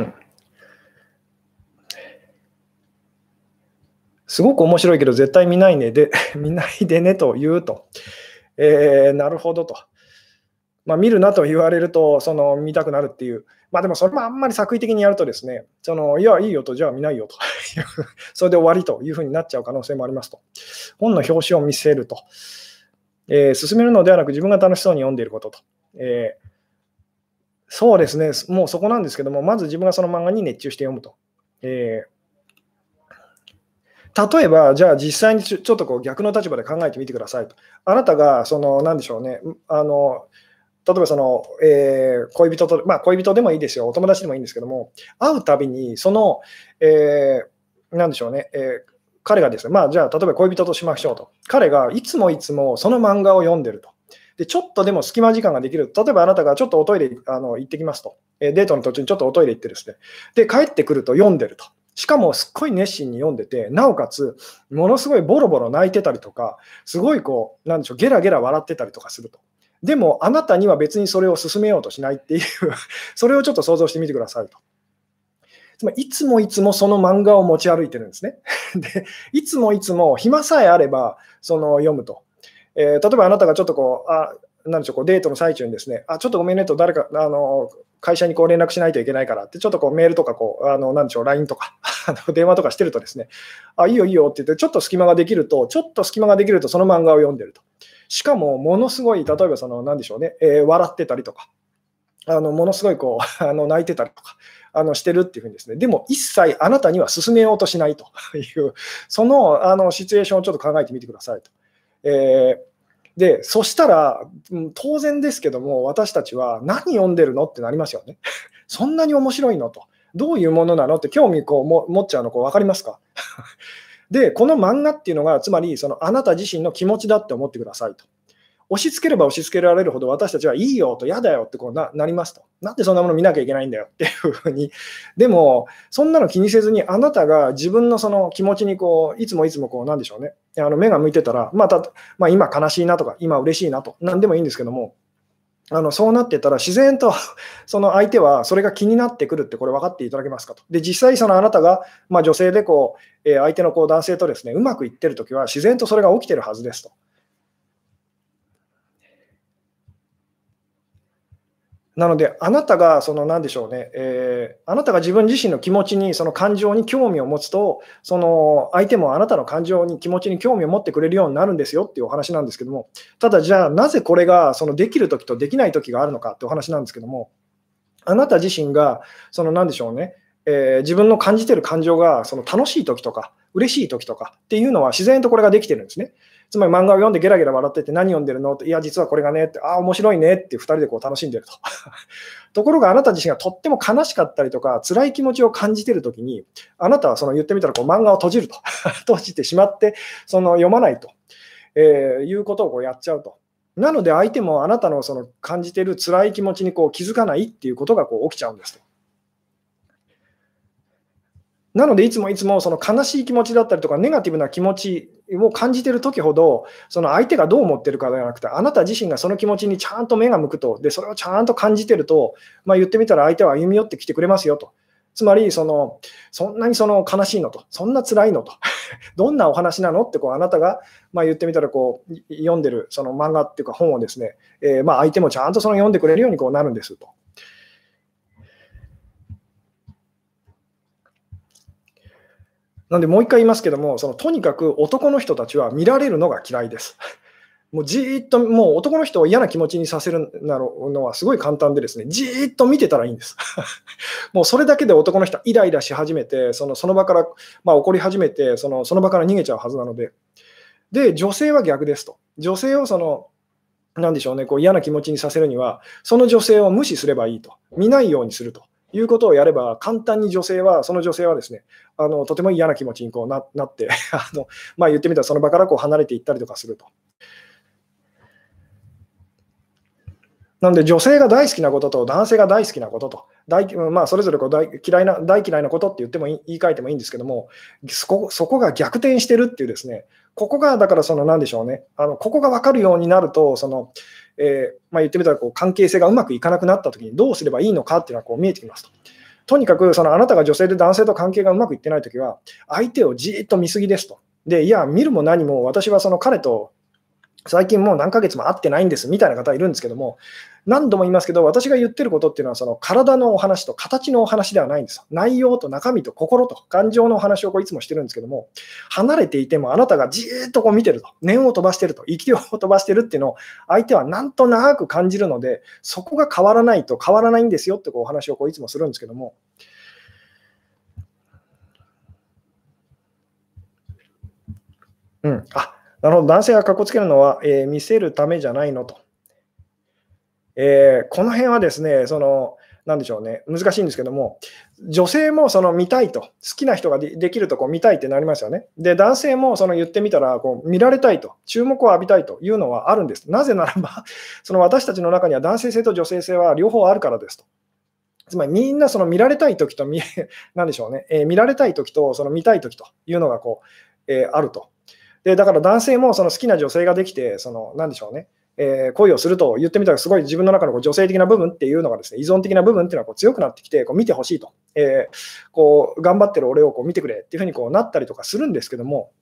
すごく面白いけど絶対見ないねで見ないでねと言うと。なるほどと。見るなと言われると、見たくなるっていう。でもそれもあんまり作為的にやるとですね、いや、いいよと、じゃあ見ないよというそれで終わりというふうになっちゃう可能性もありますと。本の表紙を見せると。進めるのではなく自分が楽しそうに読んでいることと。そうですね、もうそこなんですけども、まず自分がその漫画に熱中して読むと。例えば、じゃあ実際にちょっと逆の立場で考えてみてくださいと。あなたがなんでしょうね、例えば恋人と、恋人でもいいですよ、お友達でもいいんですけども、会うたびになんでしょうね、彼がですね、じゃあ例えば恋人としましょうと。彼がいつもいつもその漫画を読んでると。で、ちょっとでも隙間時間ができる。例えばあなたがちょっとおトイレ行ってきますと。デートの途中にちょっとおトイレ行ってですね。で、帰ってくると読んでると。しかもすっごい熱心に読んでて、なおかつ、ものすごいボロボロ泣いてたりとか、すごいなんでしょう、ゲラゲラ笑ってたりとかすると。でも、あなたには別にそれを勧めようとしないっていうそれをちょっと想像してみてくださいと。つまり、いつもいつもその漫画を持ち歩いてるんですね。で、いつもいつも暇さえあれば、読むと。例えばあなたがちょっとなんでしょう、デートの最中にですね、ちょっとごめんねと、誰か、会社に連絡しないといけないからって、ちょっとメールとかなんでしょう、LINE とか電話とかしてるとですね、いいよいいよって言って、ちょっと隙間ができると、その漫画を読んでると。しかも、ものすごい、例えばなんでしょうね、笑ってたりとか、ものすごい泣いてたりとかしてるっていうふうにですね、でも一切あなたには勧めようとしないという、そのシチュエーションをちょっと考えてみてくださいと。で、そしたら、当然ですけども、私たちは何読んでるのってなりますよね。そんなに面白いのと。どういうものなのって興味持っちゃうの分かりますかで、この漫画っていうのが、つまりあなた自身の気持ちだって思ってくださいと。 押し付ければ押し付けられるほど私たちはいいよと嫌だよってこう なりますと。なんでそんなもの見なきゃいけないんだよっていうふうに。でも、そんなの気にせずに、あなたが自分のその気持ちにこういつもいつもこうなんでしょうね、目が向いてたら、今悲しいなとか、今嬉しいなと、なんでもいいんですけども、そうなってたら自然とその相手はそれが気になってくるってこれ分かっていただけますかと。で、実際そのあなたが、女性でこう、相手のこう男性とですね、うまくいってるときは自然とそれが起きてるはずですと。なので、あなたがそのなんでしょうね、あなたが自分自身の気持ちに、その感情に興味を持つと、その相手もあなたの感情に、気持ちに興味を持ってくれるようになるんですよっていうお話なんですけども、ただじゃあ、なぜこれがそのできるときとできないときがあるのかってお話なんですけども、あなた自身が、そのなんでしょうね、自分の感じている感情がその楽しいときとか、嬉しいときとかっていうのは自然とこれができてるんですね。つまり漫画を読んでゲラゲラ笑ってて何読んでるのって、いや、実はこれがねって、ああ、面白いねって2人でこう楽しんでると。ところがあなた自身がとっても悲しかったりとか、辛い気持ちを感じているときに、あなたはその言ってみたらこう漫画を閉じると。閉じてしまって、その読まないと、いうことをこうやっちゃうと。なので相手もあなたのその感じている辛い気持ちにこう気づかないっていうことがこう起きちゃうんですと。なのでいつもいつもその悲しい気持ちだったりとかネガティブな気持ちを感じているときほど、その相手がどう思っているかではなくて、あなた自身がその気持ちにちゃんと目が向くと、でそれをちゃんと感じていると、言ってみたら相手は歩み寄ってきてくれますよと。つまりそんなにその悲しいのと、そんな辛いのと、どんなお話なのってこうあなたが、言ってみたらこう読んでるその漫画っていうか本をですね、相手もちゃんとその読んでくれるようにこうなるんですと。なんでもう一回言いますけども、とにかく男の人たちは見られるのが嫌いです。もうじーっと、もう男の人を嫌な気持ちにさせるのはすごい簡単でですね、じーっと見てたらいいんです。もうそれだけで男の人はイライラし始めて、その場から、怒り始めて、その場から逃げちゃうはずなので。で、女性は逆ですと。女性をなんでしょうね、こう嫌な気持ちにさせるには、その女性を無視すればいいと。見ないようにすると。いうことをやれば、簡単にその女性はですね、とても嫌な気持ちにこうなって、言ってみたらその場からこう離れていったりとかすると。なので、女性が大好きなことと男性が大好きなことと、それぞれこう大嫌いなことって言っても言い換えてもいいんですけども、そこが逆転してるっていうですね、ここがだからなんでしょうね、ここが分かるようになると、言ってみたらこう関係性がうまくいかなくなったときにどうすればいいのかっていうのはこう見えてきますと。とにかくあなたが女性で男性と関係がうまくいってないときは、相手をじーっと見すぎですと。で、いや、見るも何も私は彼と最近もう何ヶ月も会ってないんですみたいな方いるんですけども、何度も言いますけど、私が言ってることっていうのは、体のお話と形のお話ではないんですよ。内容と中身と心と感情のお話をいつもしてるんですけども、離れていてもあなたがじーっとこう見てると、念を飛ばしてると、息を飛ばしてるっていうのを相手はなんとなく感じるので、そこが変わらないと変わらないんですよってこうお話をいつもするんですけども。なるほど、男性がかっこつけるのは、見せるためじゃないのと。この辺はですね、なんでしょうね、難しいんですけども、女性も見たいと、好きな人ができるとこう見たいってなりますよね。で、男性も言ってみたらこう見られたいと、注目を浴びたいというのはあるんです。なぜならば、私たちの中には男性性と女性性は両方あるからですと。つまりみんな見られたいときとなんでしょうね、見られたいときと見たいときというのがこう、あると。で、だから男性も好きな女性ができて、なんでしょうね、恋をすると言ってみたら、すごい自分の中の女性的な部分っていうのがですね、依存的な部分っていうのは強くなってきて、見てほしいと、頑張ってる俺を見てくれっていうふうになったりとかするんですけども、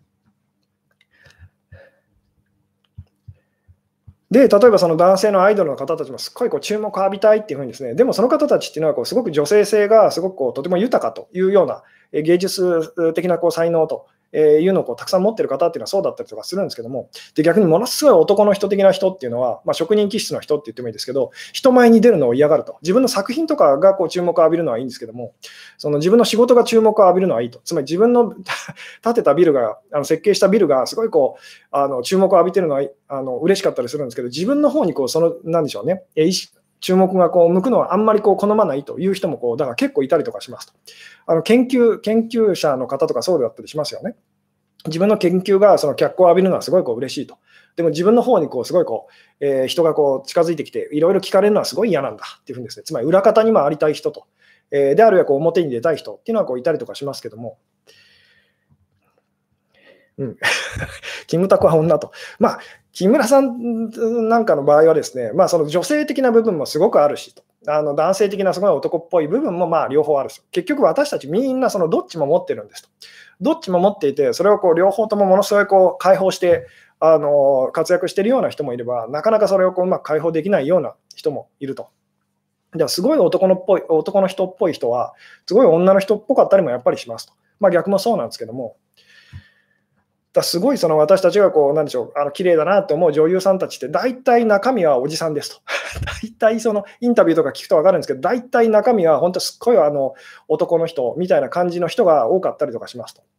で、例えば男性のアイドルの方たちもすっごい注目を浴びたいっていうふうにですね、でもその方たちっていうのはすごく女性性がすごくとても豊かというような芸術的な才能というのをたくさん持っている方っていうのはそうだったりとかするんですけども、で逆にものすごい男の人的な人っていうのは、職人気質の人って言ってもいいですけど、人前に出るのを嫌がると。自分の作品とかが注目を浴びるのはいいんですけども、自分の仕事が注目を浴びるのはいいと。つまり自分の建てたビルが、設計したビルがすごい注目を浴びてるのは嬉しかったりするんですけど、自分の方になんでしょうね、注目が向くのはあんまり好まないという人もだから結構いたりとかしますと。研究者の方とかそうだったりしますよね。自分の研究が脚光を浴びるのはすごい嬉しいと。 でも自分の方にこうすごいこう、人がこう近づいてきて、いろいろ聞かれるのはすごい嫌なんだっていうふうにですね、つまり裏方に回りたい人と、であるいはこう表に出たい人っていうのはこういたりとかしますけども、うん、キムタクは女と。まあ、木村さんなんかの場合はですね、まあ、その女性的な部分もすごくあるしと、男性的なすごい男っぽい部分もまあ両方あると。結局私たちみんなそのどっちも持ってるんですと。どっちも持っていて、それをこう両方ともものすごいこう解放して活躍しているような人もいれば、なかなかそれをこううまく解放できないような人もいると。じゃあすごい男の人っぽい人は、すごい女の人っぽかったりもやっぱりしますと。まあ、逆もそうなんですけども、すごいその私たちがこう、なんでしょう、綺麗だなって思う女優さんたちって、大体中身はおじさんですと。大体そのインタビューとか聞くと分かるんですけど、大体中身は本当すっごい男の人みたいな感じの人が多かったりとかしますと。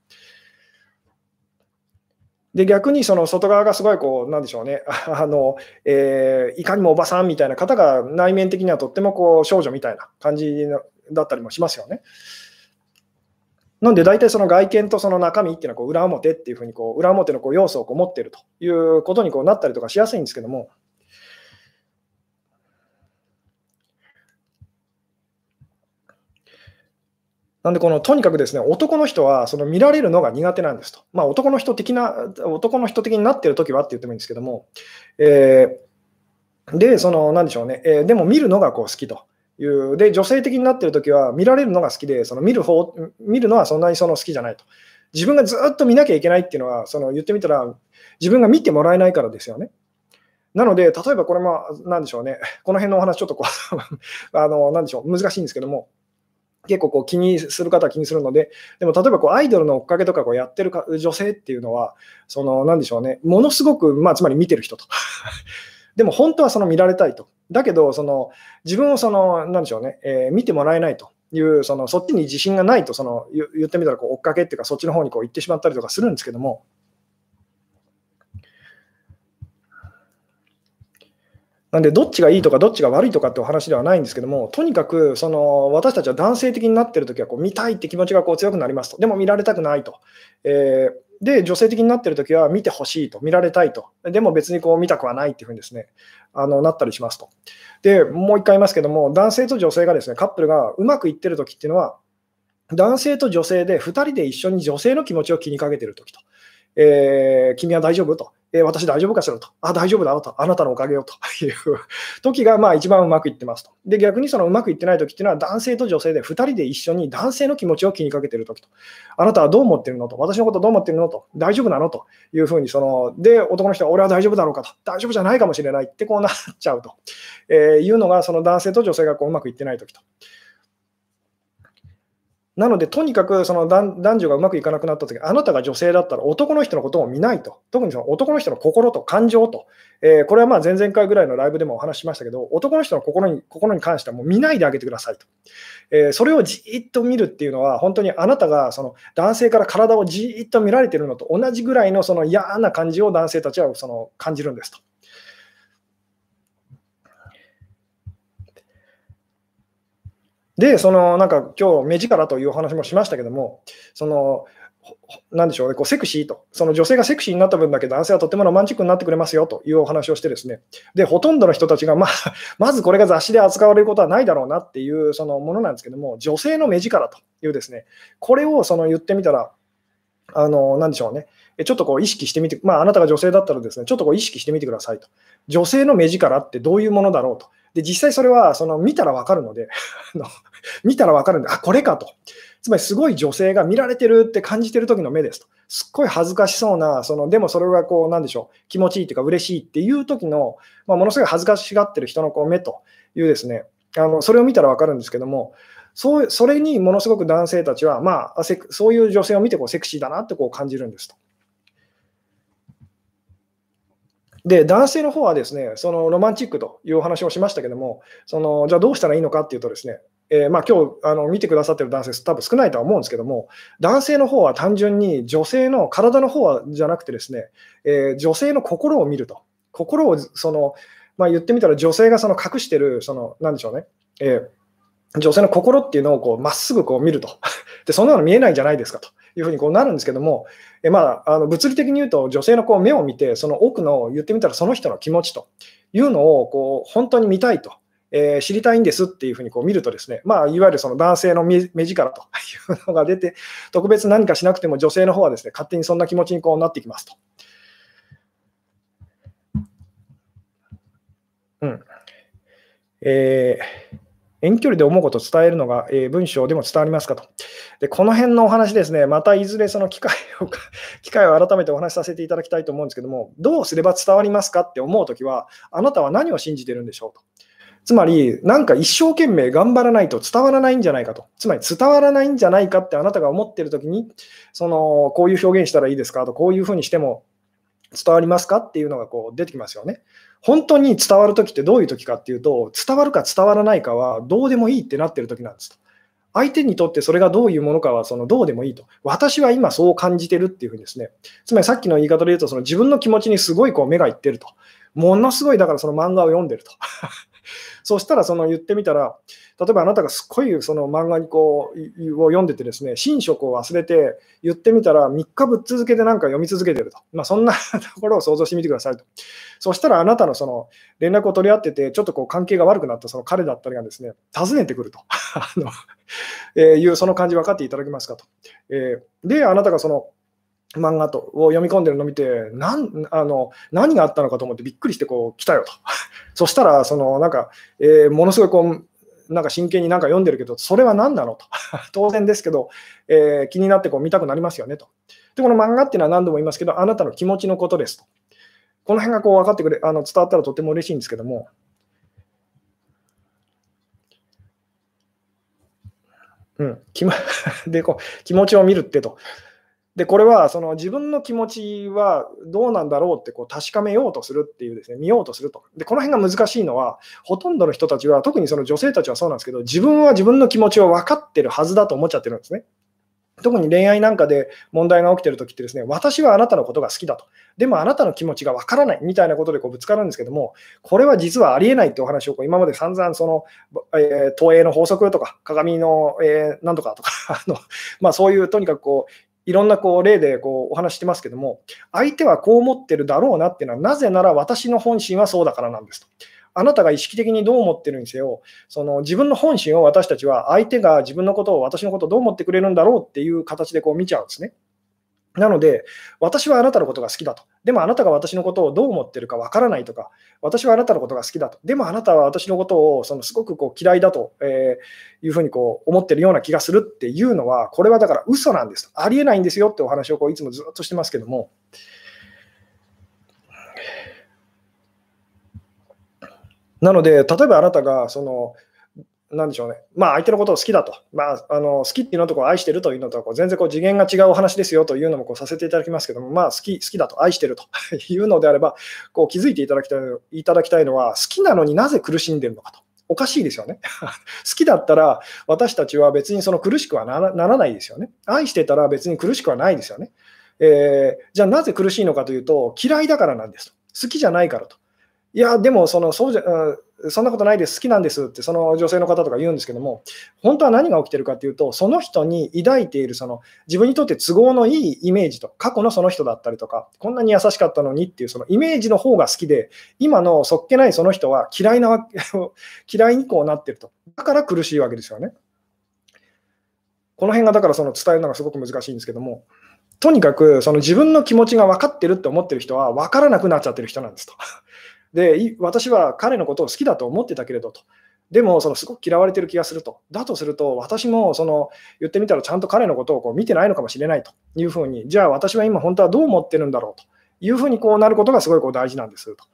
で逆にその外側がすごいこう、なんでしょうね、いかにもおばさんみたいな方が内面的にはとってもこう少女みたいな感じだったりもしますよね。なんで大体その外見とその中身っていうのはこう裏表っていうふうにこう裏表のこう要素をこう持っているということにこうなったりとかしやすいんですけども、なんでとにかくですね、男の人はその見られるのが苦手なんですと。まあ、男の人的になっているときはって言ってもいいんですけども、で、なんでしょうね、でも見るのがこう好きという、で、女性的になっているときは見られるのが好きで、見るのはそんなに好きじゃないと。自分がずっと見なきゃいけないっていうのは、言ってみたら、自分が見てもらえないからですよね。なので、例えばこれも、なんでしょうね、この辺のお話、ちょっとこうなんでしょう、難しいんですけども、結構こう気にする方は気にするので、でも例えばこうアイドルの追っかけとかこうやってる女性っていうのは、なんでしょうね、ものすごく、まあ、つまり見てる人と。でも本当は見られたいと。だけど、自分をなんでしょうね、見てもらえないという、そっちに自信がないと、言ってみたらこう追っかけっていうか、そっちの方にこう行ってしまったりとかするんですけども、なんで、どっちがいいとか、どっちが悪いとかってお話ではないんですけども、とにかく、私たちは男性的になっているときは、見たいって気持ちがこう強くなりますと。でも見られたくないと。で、女性的になっているときは、見てほしいと、見られたいと。でも別にこう見たくはないっていうふうにですね、なったりしますと。で、もう一回言いますけども、男性と女性がですね、カップルがうまくいってるときっていうのは、男性と女性で2人で一緒に女性の気持ちを気にかけているときと。君は大丈夫と。私大丈夫かしらと。大丈夫だろと。あなたのおかげよという時がまあ一番うまくいってますと。で、逆にうまくいってない時っていうのは、男性と女性で2人で一緒に男性の気持ちを気にかけている時と。あなたはどう思ってるのと。私のことどう思ってるのと。大丈夫なのというふうに、で、男の人は俺は大丈夫だろうかと。大丈夫じゃないかもしれないってこうなっちゃうと、いうのが、男性と女性がこううまくいってない時と。なので、とにかく男女がうまくいかなくなったとき、あなたが女性だったら男の人のことを見ないと、特に男の人の心と感情と、これはまあ前々回ぐらいのライブでもお話ししましたけど、男の人の心に関してはもう見ないであげてくださいと。それをじーっと見るっていうのは、本当にあなたが男性から体をじーっと見られているのと同じぐらいの嫌な感じを男性たちは感じるんですと。で、なんか今日目力というお話もしましたけども、なんでしょうね、こうセクシーと、女性がセクシーになった分だけ男性はとてもロマンチックになってくれますよというお話をしてですね、で、ほとんどの人たちが、まずこれが雑誌で扱われることはないだろうなっていうものなんですけども、女性の目力というですね、これを言ってみたら、なんでしょうね、ちょっとこう意識してみて、あなたが女性だったらですね、ちょっとこう意識してみてくださいと。女性の目力ってどういうものだろうと。で、実際それは見たらわかるので見たらわかるんで、これかと。つまりすごい女性が見られてるって感じてる時の目ですと。すっごい恥ずかしそうな、でもそれがこう、なんでしょう、気持ちいいというか嬉しいっていう時の、ものすごい恥ずかしがってる人のこう目というですね、それを見たらわかるんですけども、それにものすごく男性たちは、そういう女性を見てこうセクシーだなってこう感じるんですと。で、男性の方はですね、ロマンチックというお話をしましたけども、じゃあどうしたらいいのかっていうとですね、今日見てくださってる男性、多分少ないとは思うんですけども、男性の方は単純に女性の体の方はじゃなくてですね、女性の心を見ると。心を言ってみたら女性が隠してる、なんでしょうね、女性の心っていうのをこうまっすぐこう見ると。で、そんなの見えないんじゃないですかと。 いうふうにこうなるんですけども、まあ、物理的に言うと、女性のこう目を見て、その奥の言ってみたらその人の気持ちというのをこう本当に見たいと、知りたいんですっていうふうにこう見るとですね、まあ、いわゆるその男性の目力というのが出て、特別何かしなくても女性の方はですね、勝手にそんな気持ちにこうなってきますと。遠距離で思うことを伝えるのが、文章でも伝わりますかと。で、この辺のお話ですね、またいずれその機会を改めてお話しさせていただきたいと思うんですけども、どうすれば伝わりますかって思うときは、あなたは何を信じてるんでしょうと。つまり、なんか一生懸命頑張らないと伝わらないんじゃないかと。つまり、伝わらないんじゃないかってあなたが思っているときに、こういう表現したらいいですかと、こういうふうにしても伝わりますかっていうのがこう出てきますよね。本当に伝わるときってどういうときかっていうと、伝わるか伝わらないかはどうでもいいってなってるときなんですと。相手にとってそれがどういうものかはどうでもいいと。私は今そう感じてるっていうふうにですね。つまりさっきの言い方で言うと、自分の気持ちにすごいこう目がいってると。ものすごいだからその漫画を読んでると。そしたら言ってみたら、例えばあなたがすっごいその漫画にを読んでてですね、寝食を忘れて言ってみたら3日ぶっ続けてなんか読み続けてると。まあ、そんなところを想像してみてくださいと。そしたらあなたの連絡を取り合ってて、ちょっとこう関係が悪くなったその彼だったりがですね、訪ねてくるというその感じ分かっていただけますかと。で、あなたが漫画を読み込んでるのを見て、何があったのかと思ってびっくりしてこう来たよと。そしたら、なんか、ものすごいこう、なんか真剣になんか読んでるけど、それは何なのと。当然ですけど、気になってこう見たくなりますよねと。で、この漫画っていうのは何度も言いますけど、あなたの気持ちのことですと。この辺がこう分かってくれ、伝わったらとても嬉しいんですけども、でこう気持ちを見るってと。で、これは自分の気持ちはどうなんだろうってこう確かめようとするっていうですね、見ようとすると。で、この辺が難しいのは、ほとんどの人たちは、特にその女性たちはそうなんですけど、自分は自分の気持ちを分かってるはずだと思っちゃってるんですね。特に恋愛なんかで問題が起きているときってですね、私はあなたのことが好きだと。でもあなたの気持ちが分からないみたいなことでこうぶつかるんですけども、これは実はありえないってお話を今まで散々投影の法則とか、鏡の、なんとかとかまあ、そういうとにかくこう、いろんなこう例でこうお話してますけども、相手はこう思ってるだろうなっていうのは、なぜなら私の本心はそうだからなんですと。あなたが意識的にどう思ってるにせよ、自分の本心を私たちは相手が自分のことを、私のことをどう思ってくれるんだろうっていう形でこう見ちゃうんですね。なので、私はあなたのことが好きだと。でもあなたが私のことをどう思ってるかわからないとか、私はあなたのことが好きだと。でもあなたは私のことをすごくこう嫌いだと、いうふうにこう思ってるような気がするっていうのは、これはだから嘘なんですと。ありえないんですよってお話をこういつもずっとしてますけども。なので、例えばあなたがなんでしょうね、まあ、相手のことを好きだと、まあ、好きっていうのとこう愛してるというのとはこう全然こう次元が違うお話ですよというのもこうさせていただきますけども、まあ、好きだと、愛してるというのであれば、こう気づいていただきたいのは、好きなのになぜ苦しんでるのかと。おかしいですよね。好きだったら、私たちは別に苦しくはならないですよね。愛してたら別に苦しくはないですよね。じゃあなぜ苦しいのかというと、嫌いだからなんですと。好きじゃないからと。いや、でもそんなことないです、好きなんですってその女性の方とか言うんですけども、本当は何が起きてるかっていうと、その人に抱いている自分にとって都合のいいイメージと、過去のその人だったりとか、こんなに優しかったのにっていうそのイメージの方が好きで、今のそっけないその人は嫌いにこうなってると。だから苦しいわけですよね。この辺がだから伝えるのがすごく難しいんですけども、とにかく自分の気持ちが分かってるって思ってる人は分からなくなっちゃってる人なんですと。で、私は彼のことを好きだと思ってたけれどと。でも、すごく嫌われてる気がすると。だとすると、私も言ってみたら、ちゃんと彼のことをこう見てないのかもしれないというふうに、じゃあ私は今、本当はどう思ってるんだろうというふうにこうなることがすごいこう大事なんですと。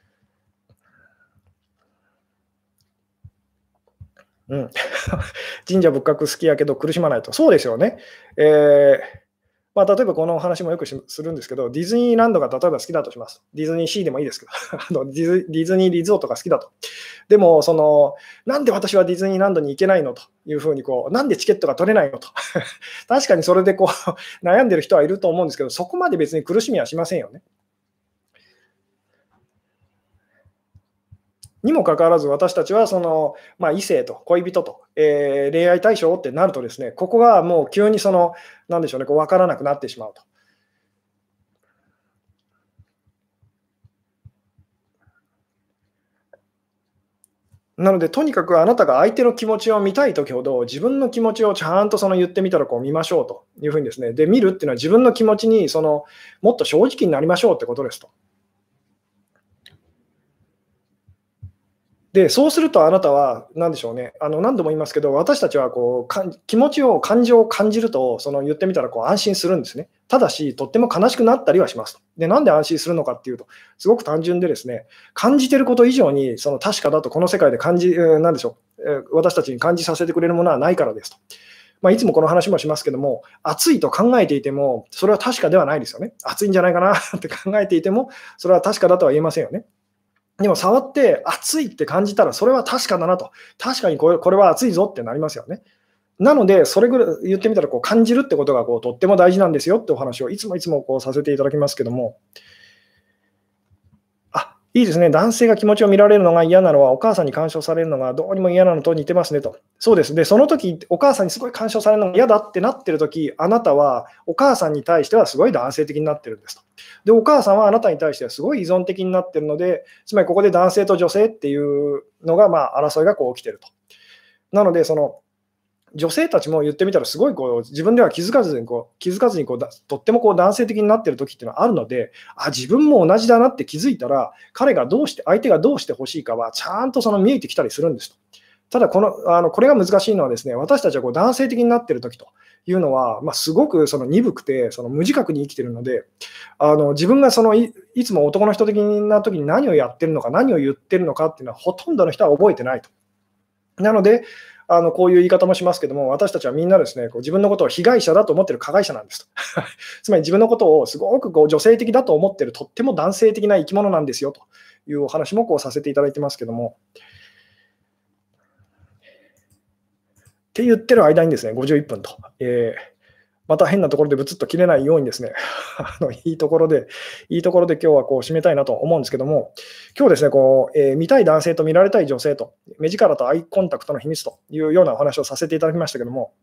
神社仏閣好きやけど苦しまないと。そうですよね。まあ、例えばこの話もよくするんですけど、ディズニーランドが例えば好きだとします。ディズニーシーでもいいですけど、ディズニーリゾートが好きだと。でも、なんで私はディズニーランドに行けないのというふうになんでチケットが取れないのと。確かにそれで悩んでる人はいると思うんですけど、そこまで別に苦しみはしませんよね。 にもかかわらず、私たちは異性と恋人と、恋愛対象ってなるとですね、ここがもう急になんでしょうね、分からなくなってしまうと。なので、とにかくあなたが相手の気持ちを見たいときほど、自分の気持ちをちゃんと言ってみたら見ましょうというふうにですね、で、見るっていうのは自分の気持ちにもっと正直になりましょうってことですと。で、そうするとあなたは、なんでしょうね、何度も言いますけど、私たちは気持ちを、感情を感じると、言ってみたら安心するんですね。ただし、とっても悲しくなったりはしますと。で、なんで安心するのかっていうと、すごく単純でですね、感じてること以上に確かだとこの世界でなんでしょう、私たちに感じさせてくれるものはないからですと。いつもこの話もしますけども、暑いと考えていても、それは確かではないですよね。暑いんじゃないかなって考えていても、それは確かだとは言えませんよね。でも触って暑いって感じたら、それは確かだなと。確かにこれは暑いぞってなりますよね。なので、それぐらい言ってみたら感じるってことがとっても大事なんですよってお話をいつもさせていただきますけども、いいですね。男性が気持ちを見られるのが嫌なのは、お母さんに干渉されるのがどうにも嫌なのと似てますねと。そうです。で、その時、お母さんにすごい干渉されるのが嫌だってなってる時、あなたはお母さんに対してはすごい男性的になってるんですと。で、お母さんはあなたに対してはすごい依存的になってるので、つまりここで男性と女性っていうのが、争いが起きてると。なので、女性たちも言ってみたらすごい自分では気づかずにとっても男性的になっている時っていうのはあるので、自分も同じだなって気づいたら、相手がどうしてほしいかはちゃんと見えてきたりするんですと。ただこれが難しいのはですね、私たちは男性的になっている時というのは、すごく鈍くて無自覚に生きているので、自分がいつも男の人的な時に何をやってるのか、何を言ってるのかっていうのはほとんどの人は覚えてないと。なので、こういう言い方もしますけども、私たちはみんなですね、自分のことを被害者だと思っている加害者なんですと。つまり自分のことをすごく女性的だと思っている、とっても男性的な生き物なんですよというお話もさせていただいてますけども、って言ってる間にですね、51分と、また変なところでブツッと切れないようにですね、いいところで今日は締めたいなと思うんですけども、今日ですね、見たい男性と見られたい女性と、目力とアイコンタクトの秘密というようなお話をさせていただきましたけども、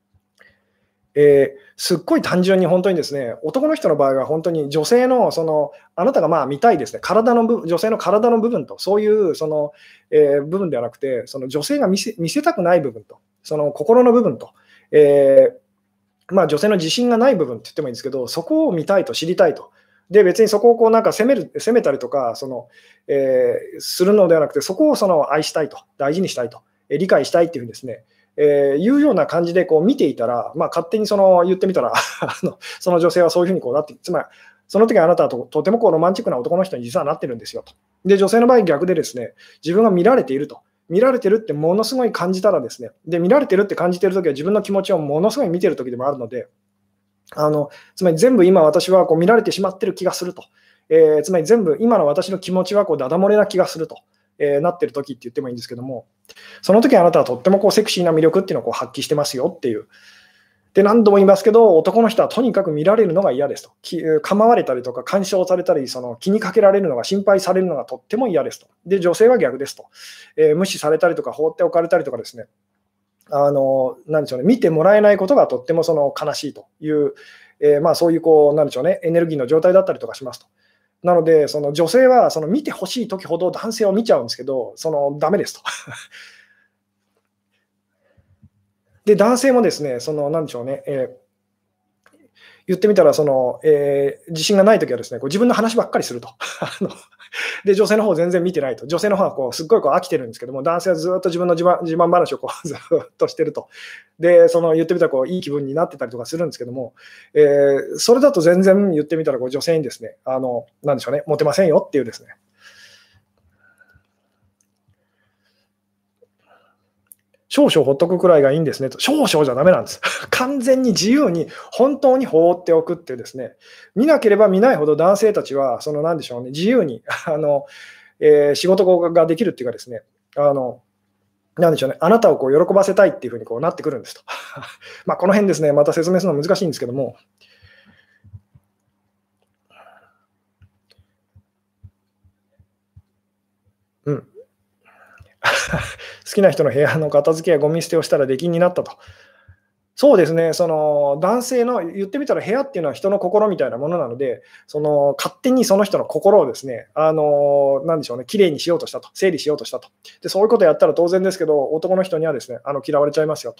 すっごい単純に本当にですね、男の人の場合は本当に女性のあなたが見たいですね、女性の体の部分と、そういう部分ではなくて、女性が見せたくない部分と、心の部分と、女性の自信がない部分って言ってもいいんですけど、そこを見たいと知りたいと。で、別にそこをなんか責めたりとか、するのではなくて、そこを愛したいと、大事にしたいと、理解したいっていうふうにですね、いうような感じで見ていたら、勝手に言ってみたらその女性はそういうふうになって、つまり、その時あなたはとてもロマンチックな男の人に実はなってるんですよと。で、女性の場合逆でですね、自分が見られていると。見られてるってものすごい感じたらですね、で、見られてるって感じてるときは自分の気持ちをものすごい見てるときでもあるので、つまり全部今私は見られてしまってる気がすると。つまり全部今の私の気持ちはダダ漏れな気がすると、なってるときって言ってもいいんですけども、その時あなたはとってもセクシーな魅力っていうのを発揮してますよっていう。で、何度も言いますけど、男の人はとにかく見られるのが嫌ですと。構われたりとか、干渉されたり、気にかけられるのが、心配されるのがとっても嫌ですと。で、女性は逆ですと。無視されたりとか、放っておかれたりとかですね、なんでしょうね、見てもらえないことがとっても悲しいという、そういうなんでしょうね、エネルギーの状態だったりとかしますと。なので、女性は見てほしいときほど男性を見ちゃうんですけど、ダメですと。で、男性もですね、なんでしょうね、言ってみたら自信がないときはですね、自分の話ばっかりすると。で、女性の方全然見てないと。女性の方はすっごい飽きてるんですけども、男性はずっと自分の自慢話をずっとしてると。で、言ってみたらいい気分になってたりとかするんですけども、それだと全然言ってみたら女性にですね、なんでしょうね、モテませんよっていうですね、少々ほっとくくらいがいいんですねと。少々じゃダメなんです。完全に自由に本当に放っておくっていうですね、見なければ見ないほど男性たちは、なんでしょうね、自由に仕事ができるっていうかですね、なんでしょうね、あなたを喜ばせたいっていうふうになってくるんですと。この辺ですね、また説明するの難しいんですけども、うん。 好きな人の部屋の片付けやゴミ捨てをしたら出禁になったと。そうですね、その男性の言ってみたら部屋っていうのは人の心みたいなものなので、その勝手にその人の心をですね、なんでしょうね、綺麗にしようとしたと、整理しようとしたと。で、そういうことやったら当然ですけど、男の人にはですね、嫌われちゃいますよと。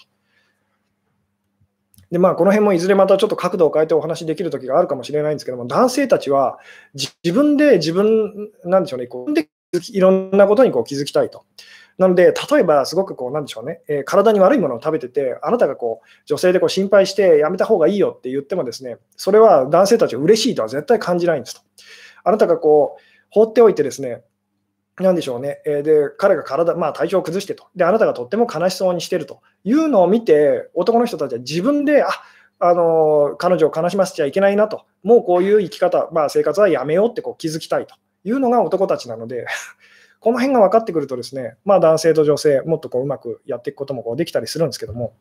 で、まあ、この辺もいずれまたちょっと角度を変えてお話しできる時があるかもしれないんですけども、男性たちは自分でなんでしょうね、こうでいろんなことにこう気づきたいと。なので、例えばすごくこう、なんでしょうね、体に悪いものを食べてて、あなたがこう女性でこう心配してやめた方がいいよって言ってもですね、それは男性たちは嬉しいとは絶対感じないんですと。あなたがこう放っておいてですね、なんでしょうね、で、彼が体調を崩してと。で、あなたがとっても悲しそうにしてるというのを見て、男の人たちは自分で、彼女を悲しませちゃいけないなと、もうこういう生き方、生活はやめようってこう気づきたいというのが男たちなので、この辺が分かってくるとですね、男性と女性、もっとこううまくやっていくこともこうできたりするんですけども、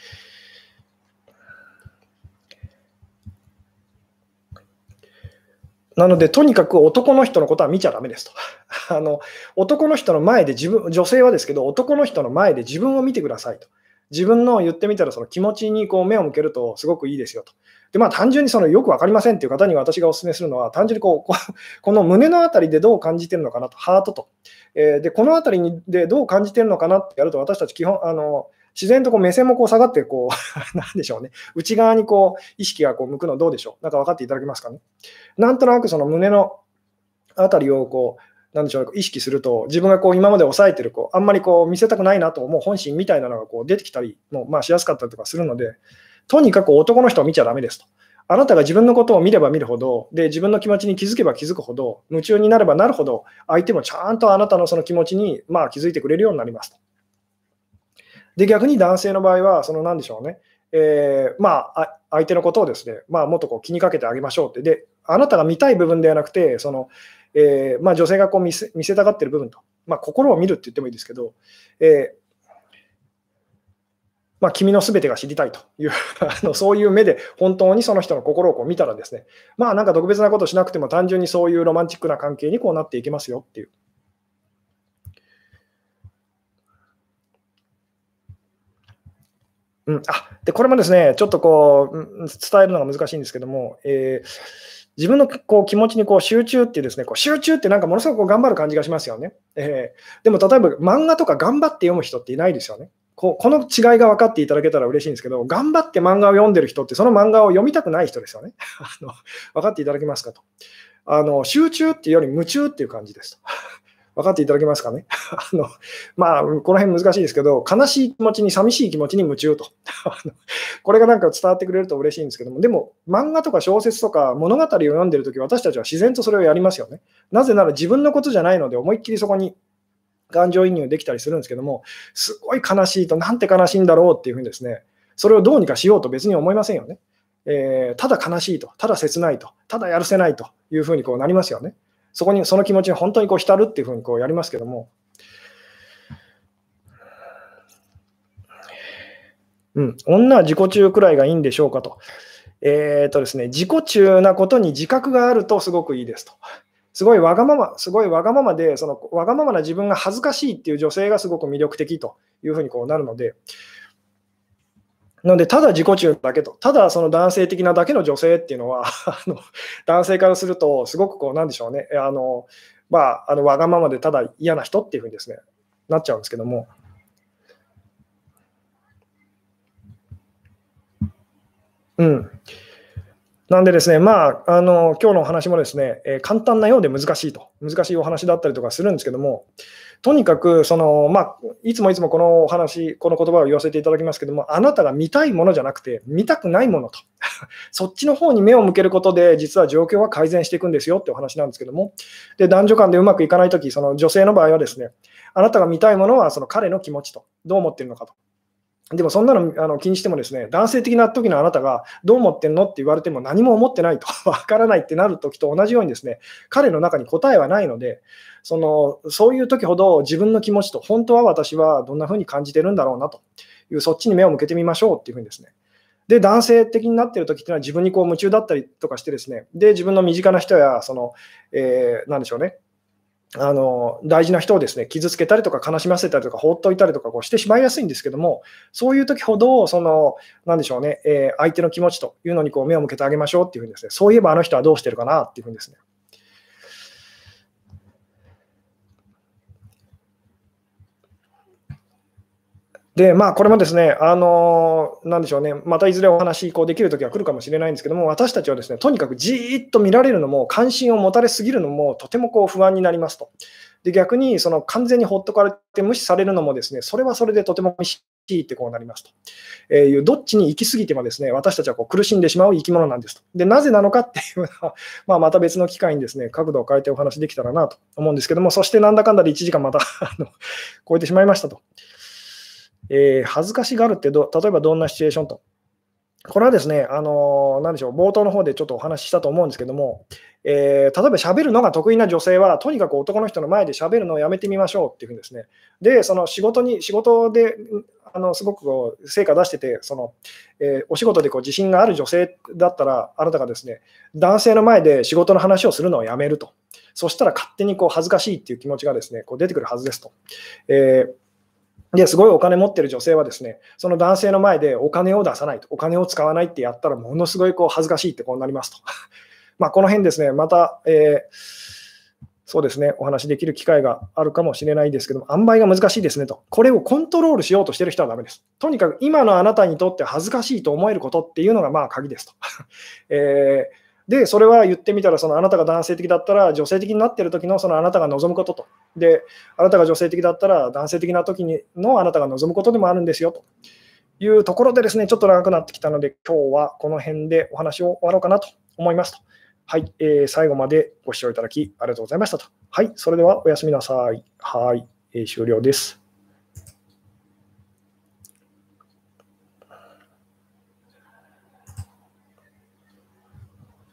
なので、とにかく男の人のことは見ちゃだめですと。男の人の前で女性はですけど、男の人の前で自分を見てくださいと。自分の言ってみたらその気持ちにこう目を向けるとすごくいいですよと。で、単純にそのよく分かりませんっていう方に私がお勧めするのは、単純にこの胸のあたりでどう感じているのかなと、ハートと。で、このあたりでどう感じているのかなってやると、私たち基本、自然とこう目線もこう下がって、なんでしょうね、内側にこう意識がこう向くのどうでしょう。なんか分かっていただけますかね。なんとなくその胸のあたりをなんでしょう、意識すると、自分が今まで抑えてるあんまり見せたくないなと思う本心みたいなのが出てきたりもしやすかったりとかするので、とにかく男の人を見ちゃだめですと。あなたが自分のことを見れば見るほど、で、自分の気持ちに気づけば気づくほど、夢中になればなるほど、相手もちゃんとあなたのその気持ちに気づいてくれるようになりますと。で、逆に男性の場合は、なんでしょうね、相手のことをですね、もっと気にかけてあげましょうって。で、あなたが見たい部分ではなくて、女性が見せたがっている部分と、心を見るって言ってもいいですけど、君のすべてが知りたいというそういう目で本当にその人の心を見たらですね、なんか特別なことしなくても単純にそういうロマンチックな関係になっていけますよっていう。で、これもですね、ちょっと伝えるのが難しいんですけども、自分の気持ちに集中っていうですね、集中ってなんかものすごく頑張る感じがしますよね。でも例えば漫画とか頑張って読む人っていないですよね。この違いが分かっていただけたら嬉しいんですけど、頑張って漫画を読んでる人って、その漫画を読みたくない人ですよね。分かっていただけますかと。集中っていうより夢中っていう感じですと。分かっていただけますかね。この辺難しいですけど、悲しい気持ちに寂しい気持ちに夢中と。これがなんか伝わってくれると嬉しいんですけども、でも漫画とか小説とか物語を読んでるとき、私たちは自然とそれをやりますよね。なぜなら自分のことじゃないので、思いっきりそこに感情移入できたりするんですけども、すごい悲しいと、なんて悲しいんだろうっていうふうにですね、それをどうにかしようと別に思いませんよね。ただ悲しいと、ただ切ないと、ただやるせないというふうになりますよね。その気持ちに本当に浸るっていうふうにやりますけども、女は自己中くらいがいいんでしょうかと。ですね、自己中なことに自覚があるとすごくいいですと。すごいわがままで、そのわがままな自分が恥ずかしいっていう女性がすごく魅力的というふうになるので、ただ自己中だけと、ただその男性的なだけの女性っていうのは、男性からすると、すごくなんでしょうね、わがままでただ嫌な人っていうふうにですね、なっちゃうんですけども。なんでですね、今日のお話もですね、簡単なようで難しいお話だったりとかするんですけども、とにかくいつもこのお話、この言葉を言わせていただきますけども、あなたが見たいものじゃなくて、見たくないものと、そっちの方に目を向けることで、実は状況は改善していくんですよってお話なんですけども、で、男女間でうまくいかないとき、その女性の場合はですね、あなたが見たいものはその彼の気持ちと、どう思っているのかと。でもそんなの気にしてもですね、男性的な時のあなたがどう思ってんのって言われても何も思ってないと、わからないってなる時と同じようにですね、彼の中に答えはないので、そういう時ほど自分の気持ちと、本当は私はどんな風に感じてるんだろうなという、そっちに目を向けてみましょうっていう風にですね。で、男性的になっている時っていうのは自分に夢中だったりとかしてですね、で、自分の身近な人やなんでしょうね、 大事な人をですね、傷つけたりとか悲しませたりとか放っておいたりとかしてしまいやすいんですけども、そういう時ほど、なんでしょうね、相手の気持ちというのに目を向けてあげましょうっていうふうにですね、そういえばあの人はどうしてるかなっていうふうにですね。で、これもですね、なんでしょうね、またいずれお話できる時は来るかもしれないんですけども、私たちはですね、とにかくじーっと見られるのも、関心を持たれすぎるのも、とても不安になりますと。で、逆に完全にほっとかれて無視されるのもですね、それはそれでとても寂しいってなりますと。いうどっちに行き過ぎてもですね、私たちは苦しんでしまう生き物なんですと。で、なぜなのかっていうのは、また別の機会にですね、角度を変えてお話できたらなと思うんですけども、そしてなんだかんだで1時間また超えてしまいましたと。恥ずかしがるって例えばどんなシチュエーションと。これはですね、なんでしょう、冒頭の方でちょっとお話ししたと思うんですけども、例えば喋るのが得意な女性は、とにかく男の人の前で喋るのをやめてみましょうっていうふうにですね。で、その仕事で、すごく成果出してて、お仕事で自信がある女性だったら、あなたがですね、男性の前で仕事の話をするのをやめると。そしたら勝手に恥ずかしいっていう気持ちがですね、出てくるはずですと。すごいお金持ってる女性はですね、その男性の前でお金を出さないと、お金を使わないってやったら、ものすごい恥ずかしいってなりますと。この辺ですね、また、そうですね、お話しできる機会があるかもしれないですけども、塩梅が難しいですねと。これをコントロールしようとしている人はダメです。とにかく今のあなたにとって恥ずかしいと思えることっていうのが鍵ですと。で、それは言ってみたら、あなたが男性的だったら、女性的になっている時のあなたが望むことと。で、あなたが女性的だったら、男性的な時のあなたが望むことでもあるんですよというところでですね、ちょっと長くなってきたので、今日はこの辺でお話を終わろうかなと思いますと。はい、最後までご視聴いただきありがとうございましたと。はい、それではおやすみなさい。はい、終了です。